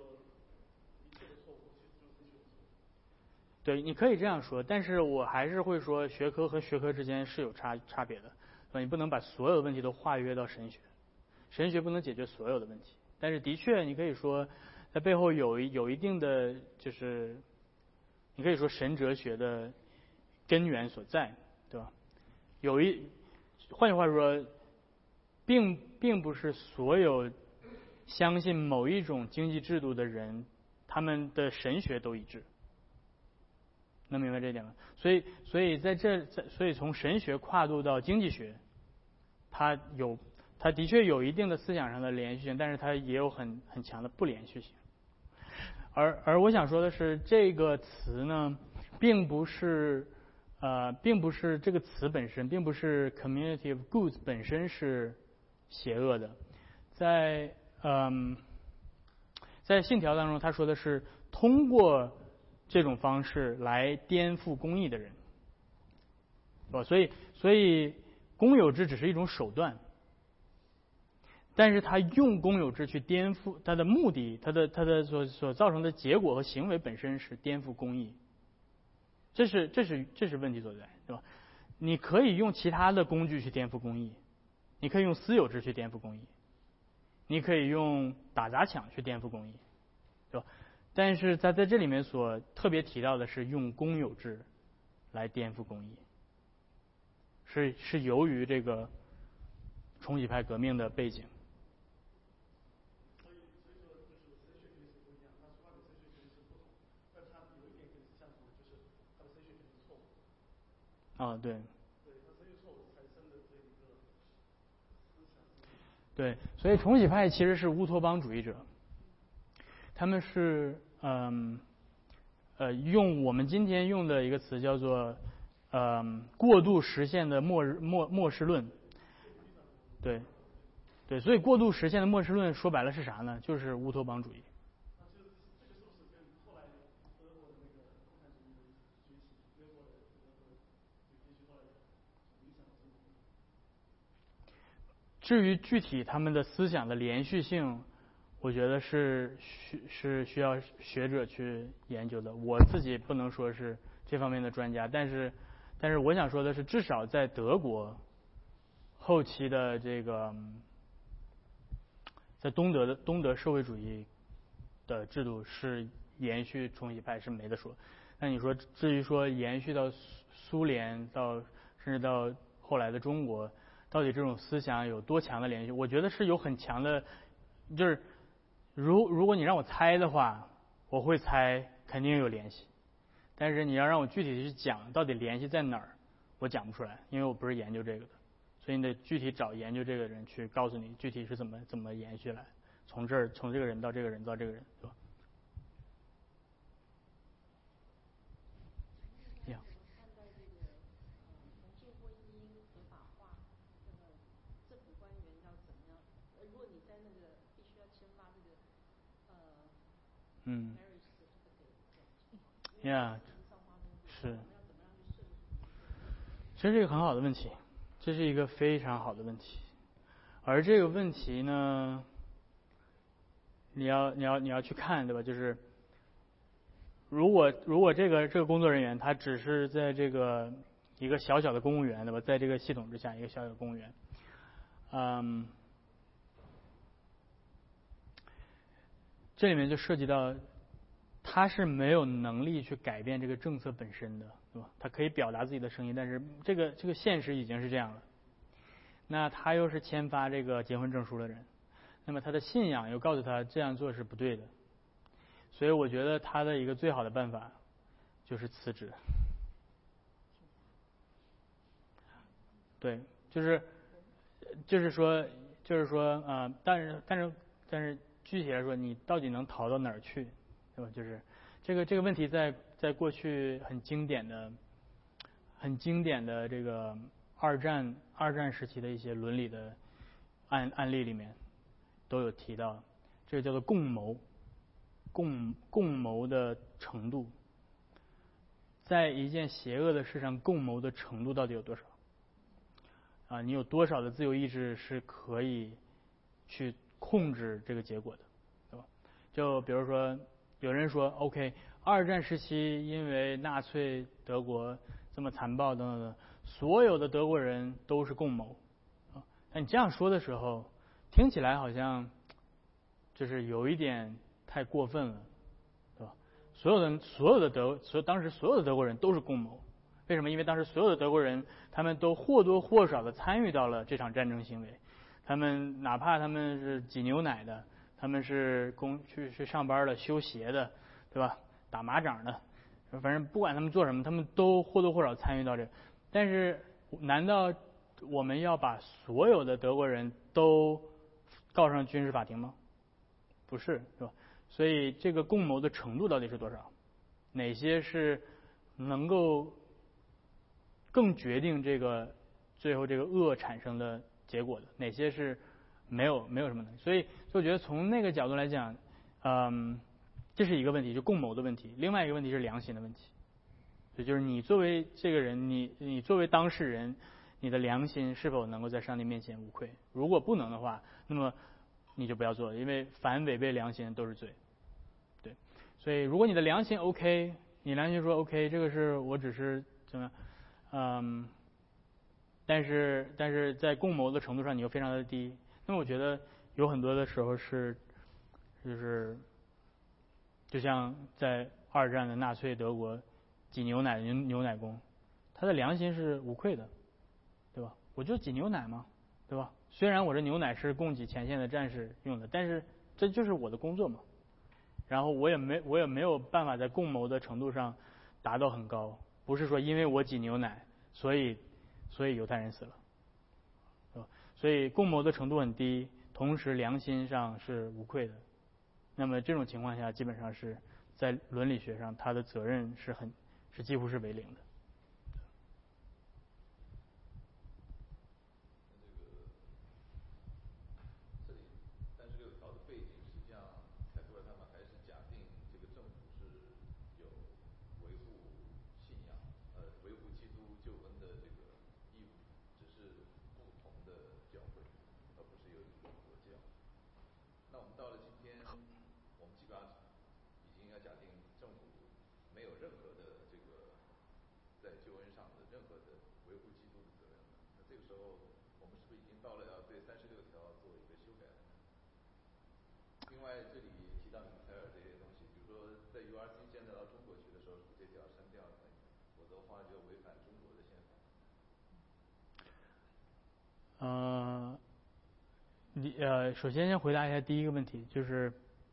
对，你可以这样说，但是我还是会说，学科和学科之间是有差差别的，你不能把所有的问题都化约到神学，神学不能解决所有的问题。但是的确，你可以说，在背后有有一定的，就是你可以说神哲学的根源所在，对吧？有一，换句话说，并并不是所有相信某一种经济制度的人，他们的神学都一致。能明白这一点吗？所以，所以在这，在所以从神学跨度到经济学，它有，它的确有一定的思想上的连续性，但是它也有很很强的不连续性。而而我想说的是，这个词呢，并不是呃，并不是这个词本身，并不是 community of goods 本身是邪恶的，在嗯，在信条当中，他说的是通过这种方式来颠覆公义的人，是吧？所以，所以公有制只是一种手段，但是他用公有制去颠覆，他的目的，他的他的所所造成的结果和行为本身是颠覆公义，这是这是这是问题所在，对吧？你可以用其他的工具去颠覆公义，你可以用私有制去颠覆公义，你可以用打砸抢去颠覆公义，对吧？但是在在这里面所特别提到的是用公有制来颠覆公义，是是由于这个重洗派革命的背景。啊，对。对，所以重洗派其实是乌托邦主义者，他们是嗯呃用我们今天用的一个词叫做嗯过度实现的末日末末世论。对对，所以过度实现的末世论说白了是啥呢？就是乌托邦主义。至于具体他们的思想的连续性， 我觉得是需是需要学者去研究的。我自己不能说是这方面的专家，但是但是我想说的是，至少在德国后期的这个在东德的东德社会主义的制度是延续重启派是没得说。那你说至于说延续到苏联到甚至到后来的中国，到底这种思想有多强的联系？我觉得是有很强的，就是如如果你让我猜的话，我会猜肯定有联系。但是你要让我具体去讲到底联系在哪儿，我讲不出来，因为我不是研究这个的。所以你得具体找研究这个人去告诉你具体是怎么怎么延续来，从这儿从这个人到这个人到这个人，对吧？呀。嗯。呀，是。其实这个很好的问题，这是一个非常好的问题。而这个问题呢，你要你要你要去看，对吧？就是如果如果这个这个工作人员他只是在这个一个小小的公务员，对吧？在这个系统之下，一个小小的公务员，嗯，这里面就涉及到他是没有能力去改变这个政策本身的，对吧？他可以表达自己的声音，但是这个这个现实已经是这样了。那他又是签发这个结婚证书的人，那么他的信仰又告诉他这样做是不对的，所以我觉得他的一个最好的办法就是辞职。对，就是就是说就是说啊、呃，但是但是但是具体来说，你到底能逃到哪儿去，对吧？就是这个这个问题在在过去很经典的很经典的这个二战二战时期的一些伦理的案案例里面都有提到，这个叫做共谋，共共谋的程度，在一件邪恶的事上共谋的程度到底有多少？啊，你有多少的自由意志是可以去控制这个结果的，对吧？就比如说，有人说 ，OK， 二战时期因为纳粹德国这么残暴等等等，所有的德国人都是共谋啊。那你这样说的时候，听起来好像就是有一点太过分了，对吧？所有的所有的德，所当时所有的德国人都是共谋。为什么？因为当时所有的德国人，他们都或多或少的参与到了这场战争行为。他们哪怕他们是挤牛奶的，他们是工去去上班的、修鞋的，对吧？打麻掌的，反正不管他们做什么，他们都或多或少参与到这。但是，难道我们要把所有的德国人都告上军事法庭吗？不是，是吧？所以这个共谋的程度到底是多少？哪些是能够更决定这个最后这个恶产生的结果的？哪些是没有没有什么能力？所以，所以我觉得从那个角度来讲，嗯，这是一个问题，就共谋的问题。另外一个问题是良心的问题，也就是你作为这个人，你你作为当事人，你的良心是否能够在上帝面前无愧？如果不能的话，那么你就不要做了，因为凡违背良心都是罪。对，所以如果你的良心 OK， 你良心说 OK， 这个是我只是怎么样？嗯，但是但是在共谋的程度上你又非常的低，那么我觉得有很多的时候是，就是就像在二战的纳粹德国挤牛奶的牛奶工，他的良心是无愧的，对吧？我就挤牛奶嘛，对吧？虽然我这牛奶是供给前线的战士用的，但是这就是我的工作嘛。然后我也没我也没有办法在共谋的程度上达到很高，不是说因为我挤牛奶。所以，所以犹太人死了，是吧？所以共谋的程度很低，同时良心上是无愧的。那么这种情况下，基本上是在伦理学上，他的责任是很是几乎是为零的。 三十六条的背景，实际上凯特尔他们还是假定这个政府是有维护信仰，呃，维护基督救恩的这个义务，只是不同的教会，而不是有一个国教。那我们到了今天， 基本上已经要假定政府没有任何的这个在救恩上的任何的维护基督的责任了。那这个时候，我们是不是已经到了要对三十六条做一个修改了呢？另外，这里提到米塞尔这些东西，比如说在 U R C 迁到中国去的时候，是不是这条删掉了？否则的话就违反中国的宪法。 呃，你呃，首先先回答一下第一个问题，就是，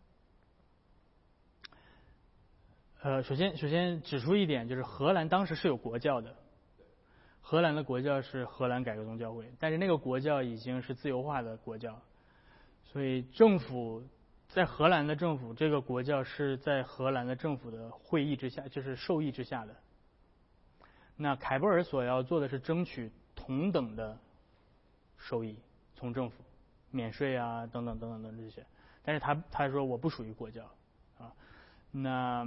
呃，首先首先指出一点，就是荷兰当时是有国教的，荷兰的国教是荷兰改革宗教会，但是那个国教已经是自由化的国教，所以政府在荷兰的政府，这个国教是在荷兰的政府的会议之下，就是授意之下的。那凯布尔所要做的是争取同等的收益从政府，免税啊等等等等等这些，但是他他说我不属于国教啊，那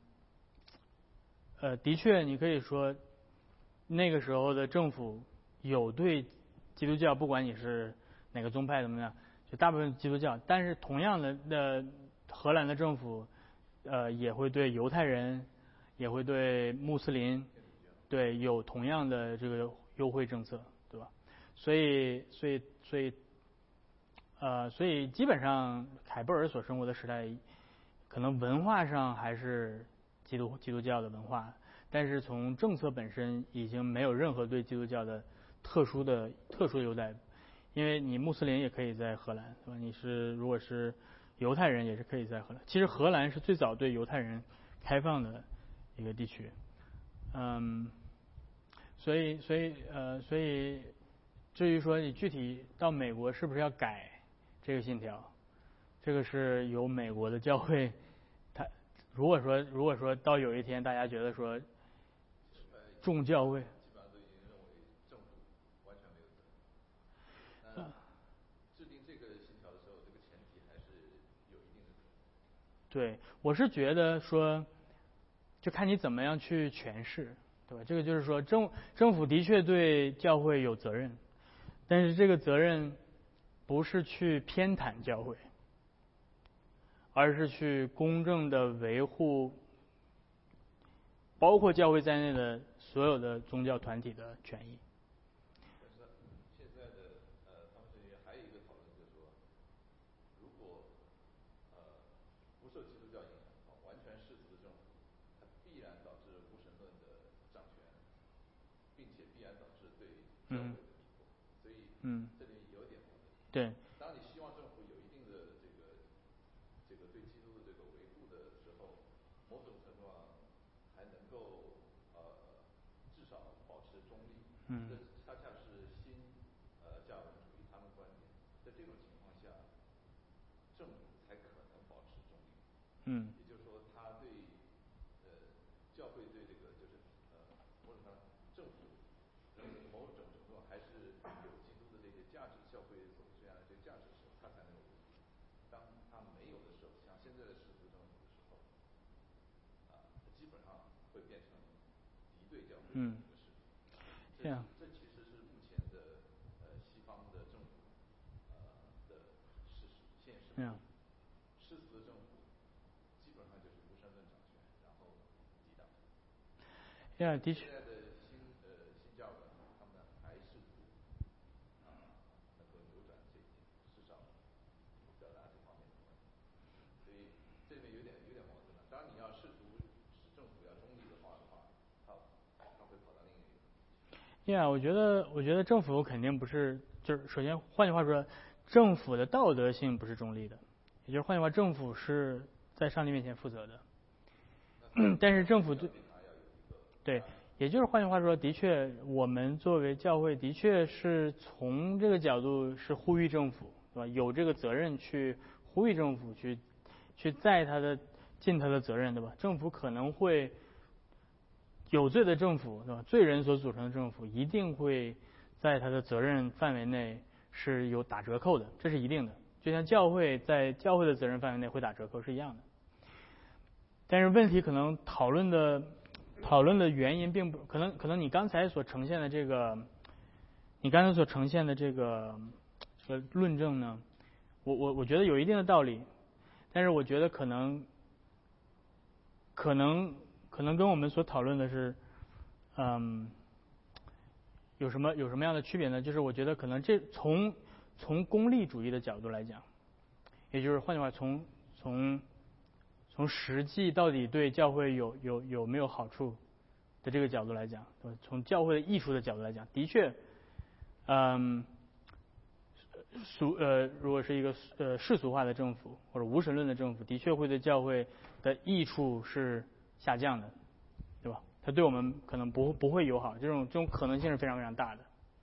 呃的确你可以说那个时候的政府有对基督教，不管你是哪个宗派怎么样，就大部分基督教，但是同样的的荷兰的政府呃也会对犹太人，也会对穆斯林，对有同样的这个优惠政策，对吧？所以所以所以呃所以基本上凯布尔所生活的时代，可能文化上还是基督基督教的文化，但是从政策本身已经没有任何对基督教的特殊的特殊的优待，因为你穆斯林也可以在荷兰，对吧？你是如果是犹太人也是可以在荷兰。其实荷兰是最早对犹太人开放的一个地区，嗯，所以所以呃所以至于说你具体到美国是不是要改这个信条，这个是由美国的教会，他如果说如果说到有一天大家觉得说众教会。 基本上都已经认为政府完全没有责任。那制定这个信条的时候，这个前提还是有一定的责任。 对，我是觉得说，就看你怎么样去诠释，对吧？这个就是说政政府的确对教会有责任，但是这个责任不是去偏袒教会，而是去公正的维护包括教会在内的所有的宗教团体的权益。 但是现在的呃，他们这里还有一个讨论就是说，如果呃不受基督教影响，完全世俗的政府，它必然导致无神论的掌权，并且必然导致对教会的逼迫，所以嗯， 这里有点矛盾。 对。 当你希望政府有一定的这个这个对基督的这个维护的时候，某种程度上还能够呃至少保持中立。 嗯。 这恰恰是新呃加尔文主义他们观点。在这种情况下，政府才可能保持中立。 嗯。 也就是说，他对呃教会对这个就是呃某种上政府某种程度还是有基督的这些价值，教会所这样的这个价值的时候，他才能有。当他没有的时候，像现在的世俗政府的时候，啊，基本上会变成敌对教会的一个势力。这这其实是目前的呃西方的政府呃的事实现实。 嗯。 世俗的政府基本上就是无神论掌权，然后抵挡。 呀，的确。 现在的新呃新教文，他们还试图啊能够扭转这一点，至少表达这方面的观点。所以这里面有点有点矛盾了。当然你要试图使政府要中立的话的话，他他会跑到另一个。 呀，我觉得我觉得政府肯定不是，就是首先换句话说，政府的道德性不是中立的，也就是换句话，政府是在上帝面前负责的。但是政府对对，也就是换句话说，的确，我们作为教会，的确是从这个角度是呼吁政府，对吧？有这个责任去呼吁政府去去在他的尽他的责任，对吧？政府可能会有罪的政府，对吧？罪人所组成的政府一定会在他的责任范围内是有打折扣的，这是一定的。就像教会在教会的责任范围内会打折扣是一样的。但是问题可能讨论的讨论的原因并不可能，可能你刚才所呈现的这个，你刚才所呈现的这个这个论证呢，我我我觉得有一定的道理， 但是我觉得可能可能可能跟我们所讨论的是，嗯，有什么有什么样的区别呢？就是我觉得可能这从从功利主义的角度来讲，也就是换句话从从从实际到底对教会有有有没有好处的这个角度来讲，对吧？从教会的益处的角度来讲，的确，嗯，俗呃，如果是一个呃世俗化的政府或者无神论的政府，的确会对教会的益处是下降的，对吧？它对我们可能不不会友好，这种这种可能性是非常非常大的。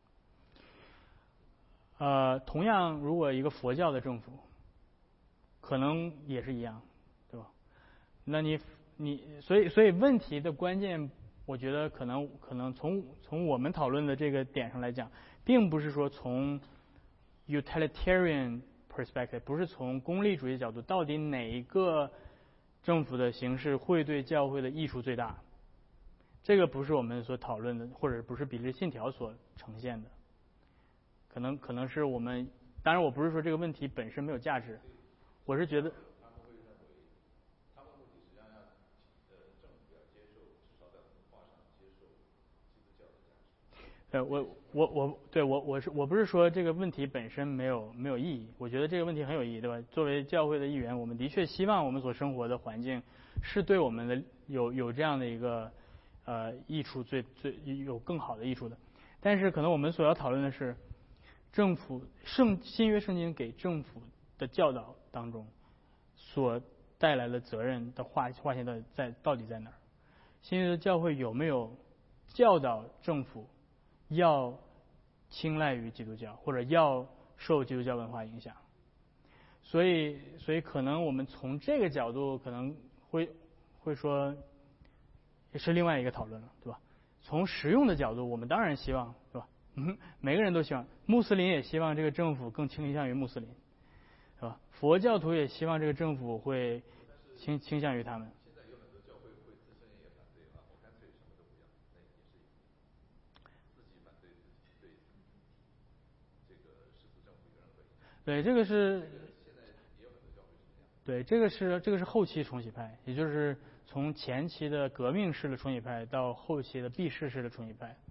呃，同样，如果一个佛教的政府，可能也是一样，对吧？那你你所以所以问题的关键，我觉得可能可能从从我们讨论的这个点上来讲，并不是说从 utilitarian perspective， 不是从功利主义角度，到底哪一个政府的形式会对教会的益处最大？这个不是我们所讨论的，或者不是比例信条所呈现的。可能可能是我们，当然我不是说这个问题本身没有价值，我是觉得。 他们会认为，他们目的实际上让呃政府要接受，至少在文化上接受基督教的价值。 呃，我我我对我我是我不是说这个问题本身没有没有意义，我觉得这个问题很有意义，对吧？作为教会的一员，我们的确希望我们所生活的环境是对我们的有有这样的一个呃益处最最有更好的益处的，但是可能我们所要讨论的是。政府圣新约圣经给政府的教导当中所带来的责任的划划线到底在到底在哪儿？新约的教会有没有教导政府要青睐于基督教，或者要受基督教文化影响？所以，所以可能我们从这个角度可能会会说，也是另外一个讨论了，对吧？从实用的角度，我们当然希望，对吧？嗯，每个人都希望，穆斯林也希望这个政府更倾向于穆斯林，是吧？佛教徒也希望这个政府会倾倾向于他们。 现在有很多教会会自身也反对啊，我干脆什么都不要，那也是自己反对自己对这个世俗政府有任何影响。 对，这个是。 现在也有很多教会是这样。 对，这个是这个是后期重洗派，也就是从前期的革命式的重洗派到后期的避世式的重洗派。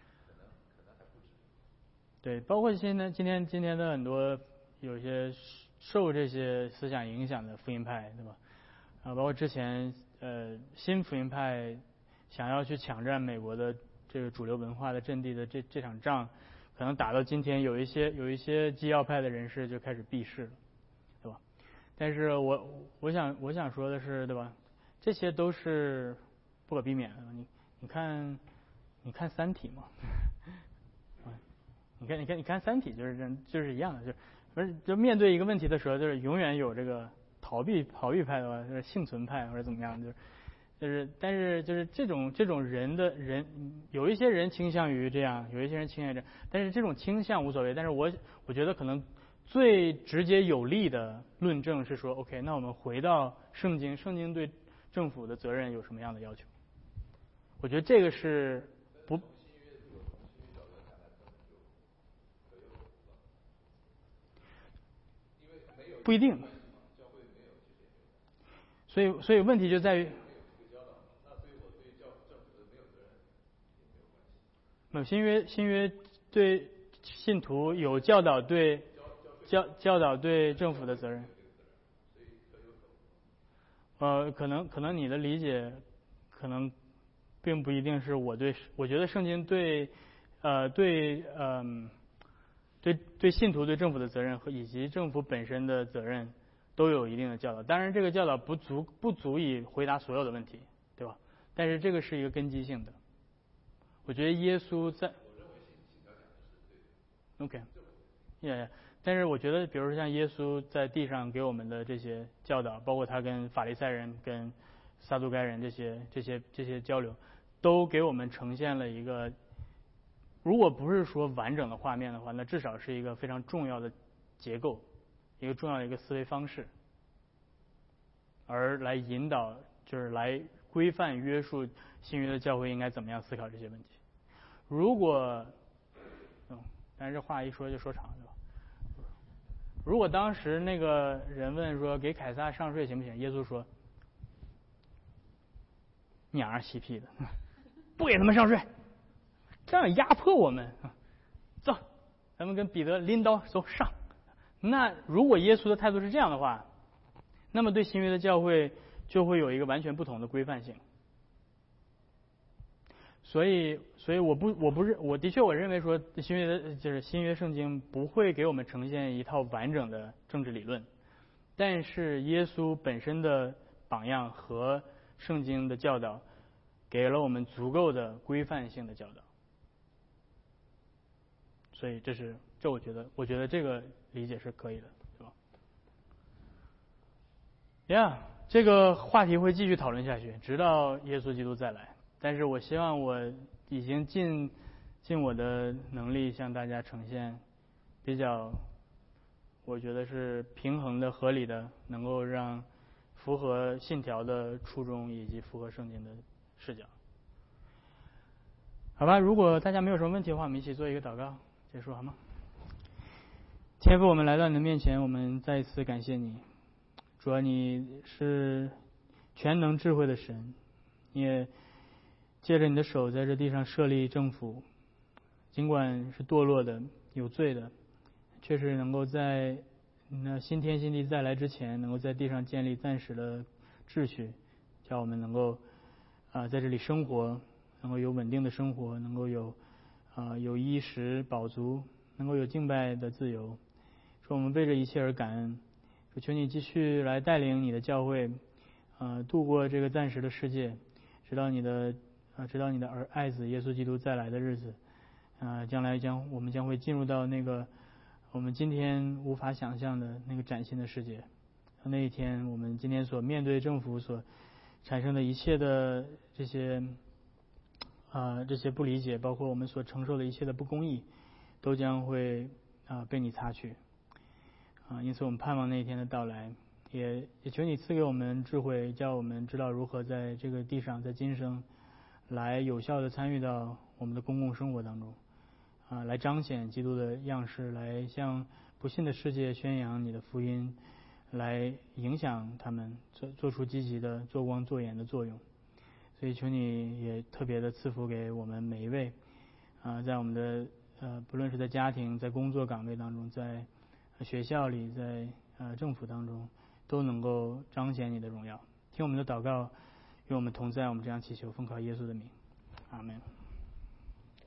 对，包括现在今天今天的很多有些受这些思想影响的福音派，对吧？啊，包括之前呃新福音派想要去抢占美国的这个主流文化的阵地的这这场仗，可能打到今天，有一些有一些基要派的人士就开始避世了，对吧？但是我我想我想说的是，对吧？这些都是不可避免的。你你看你看《三体》嘛。你看，你看，你看，《三体》就是这，就是一样的，就，而就面对一个问题的时候，就是永远有这个逃避逃避派的话，就是幸存派或者怎么样，就是，就是，但是就是这种这种人的人，有一些人倾向于这样，有一些人倾向于这样，但是这种倾向无所谓。但是我我觉得可能最直接有力的论证是说 ，OK， 那我们回到圣经，圣经对政府的责任有什么样的要求？我觉得这个是不。不一定，所以所以问题就在于，那新约新约对信徒有教导对教教导对政府的责任。呃，可能可能你的理解可能并不一定是我对，我觉得圣经对呃对嗯。呃对对信徒对政府的责任和以及政府本身的责任都有一定的教导，当然这个教导不足不足以回答所有的问题，对吧？但是这个是一个根基性的。我觉得耶稣在 ，OK， yeah, yeah, 但是我觉得，比如说像耶稣在地上给我们的这些教导，包括他跟法利赛人、跟撒都该人这些这些这些交流，都给我们呈现了一个。如果不是说完整的画面的话，那至少是一个非常重要的结构，一个重要的一个思维方式，而来引导，就是来规范约束新约的教会应该怎么样思考这些问题。如果，嗯，但是这话一说就说长了，对吧？ 如果当时那个人问说给凯撒上税行不行，耶稣说娘儿嬉皮的，不给他们上税，这样压迫我们。走，咱们跟彼得拎刀走上。那如果耶稣的态度是这样的话，那么对新约的教会就会有一个完全不同的规范性。所以，所以我不，我不认，我的确我认为说新约的就是新约圣经不会给我们呈现一套完整的政治理论，但是耶稣本身的榜样和圣经的教导给了我们足够的规范性的教导。所以这是这我觉得我觉得这个理解是可以的，对吧？呀、yeah, 这个话题会继续讨论下去，直到耶稣基督再来。但是我希望我已经尽尽我的能力向大家呈现比较我觉得是平衡的、合理的，能够让符合信条的初衷以及符合圣经的视角。好吧，如果大家没有什么问题的话，我们一起做一个祷告结束好吗？天父，我们来到你的面前，我们再一次感谢你。主啊，你是全能智慧的神，你也借着你的手在这地上设立政府，尽管是堕落的、有罪的，确实能够在那新天新地再来之前，能够在地上建立暂时的秩序，叫我们能够啊、呃、在这里生活，能够有稳定的生活，能够有啊、呃、有衣食饱足，能够有敬拜的自由。说我们为这一切而感恩，说求你继续来带领你的教会，呃度过这个暂时的世界，直到你的啊直到你的儿爱子耶稣基督再来的日子，啊、呃、将来将我们将会进入到那个我们今天无法想象的那个崭新的世界。那一天，我们今天所面对政府所产生的一切的这些啊、呃、这些不理解，包括我们所承受的一切的不公义，都将会啊、呃、被你擦去。啊，因此我们盼望那一天的到来，也也求你赐给我们智慧，叫我们知道如何在这个地上，在今生，来有效的参与到我们的公共生活当中，啊，来彰显基督的样式，来向不信的世界宣扬你的福音，来影响他们，做做出积极的做光做盐的作用。所以求你也特别的赐福给我们每一位，啊，在我们的呃，不论是在家庭、在工作岗位当中，在学校里，在呃政府当中，都能够彰显你的荣耀。听我们的祷告，与我们同在，我们这样祈求，奉靠耶稣的名，阿门。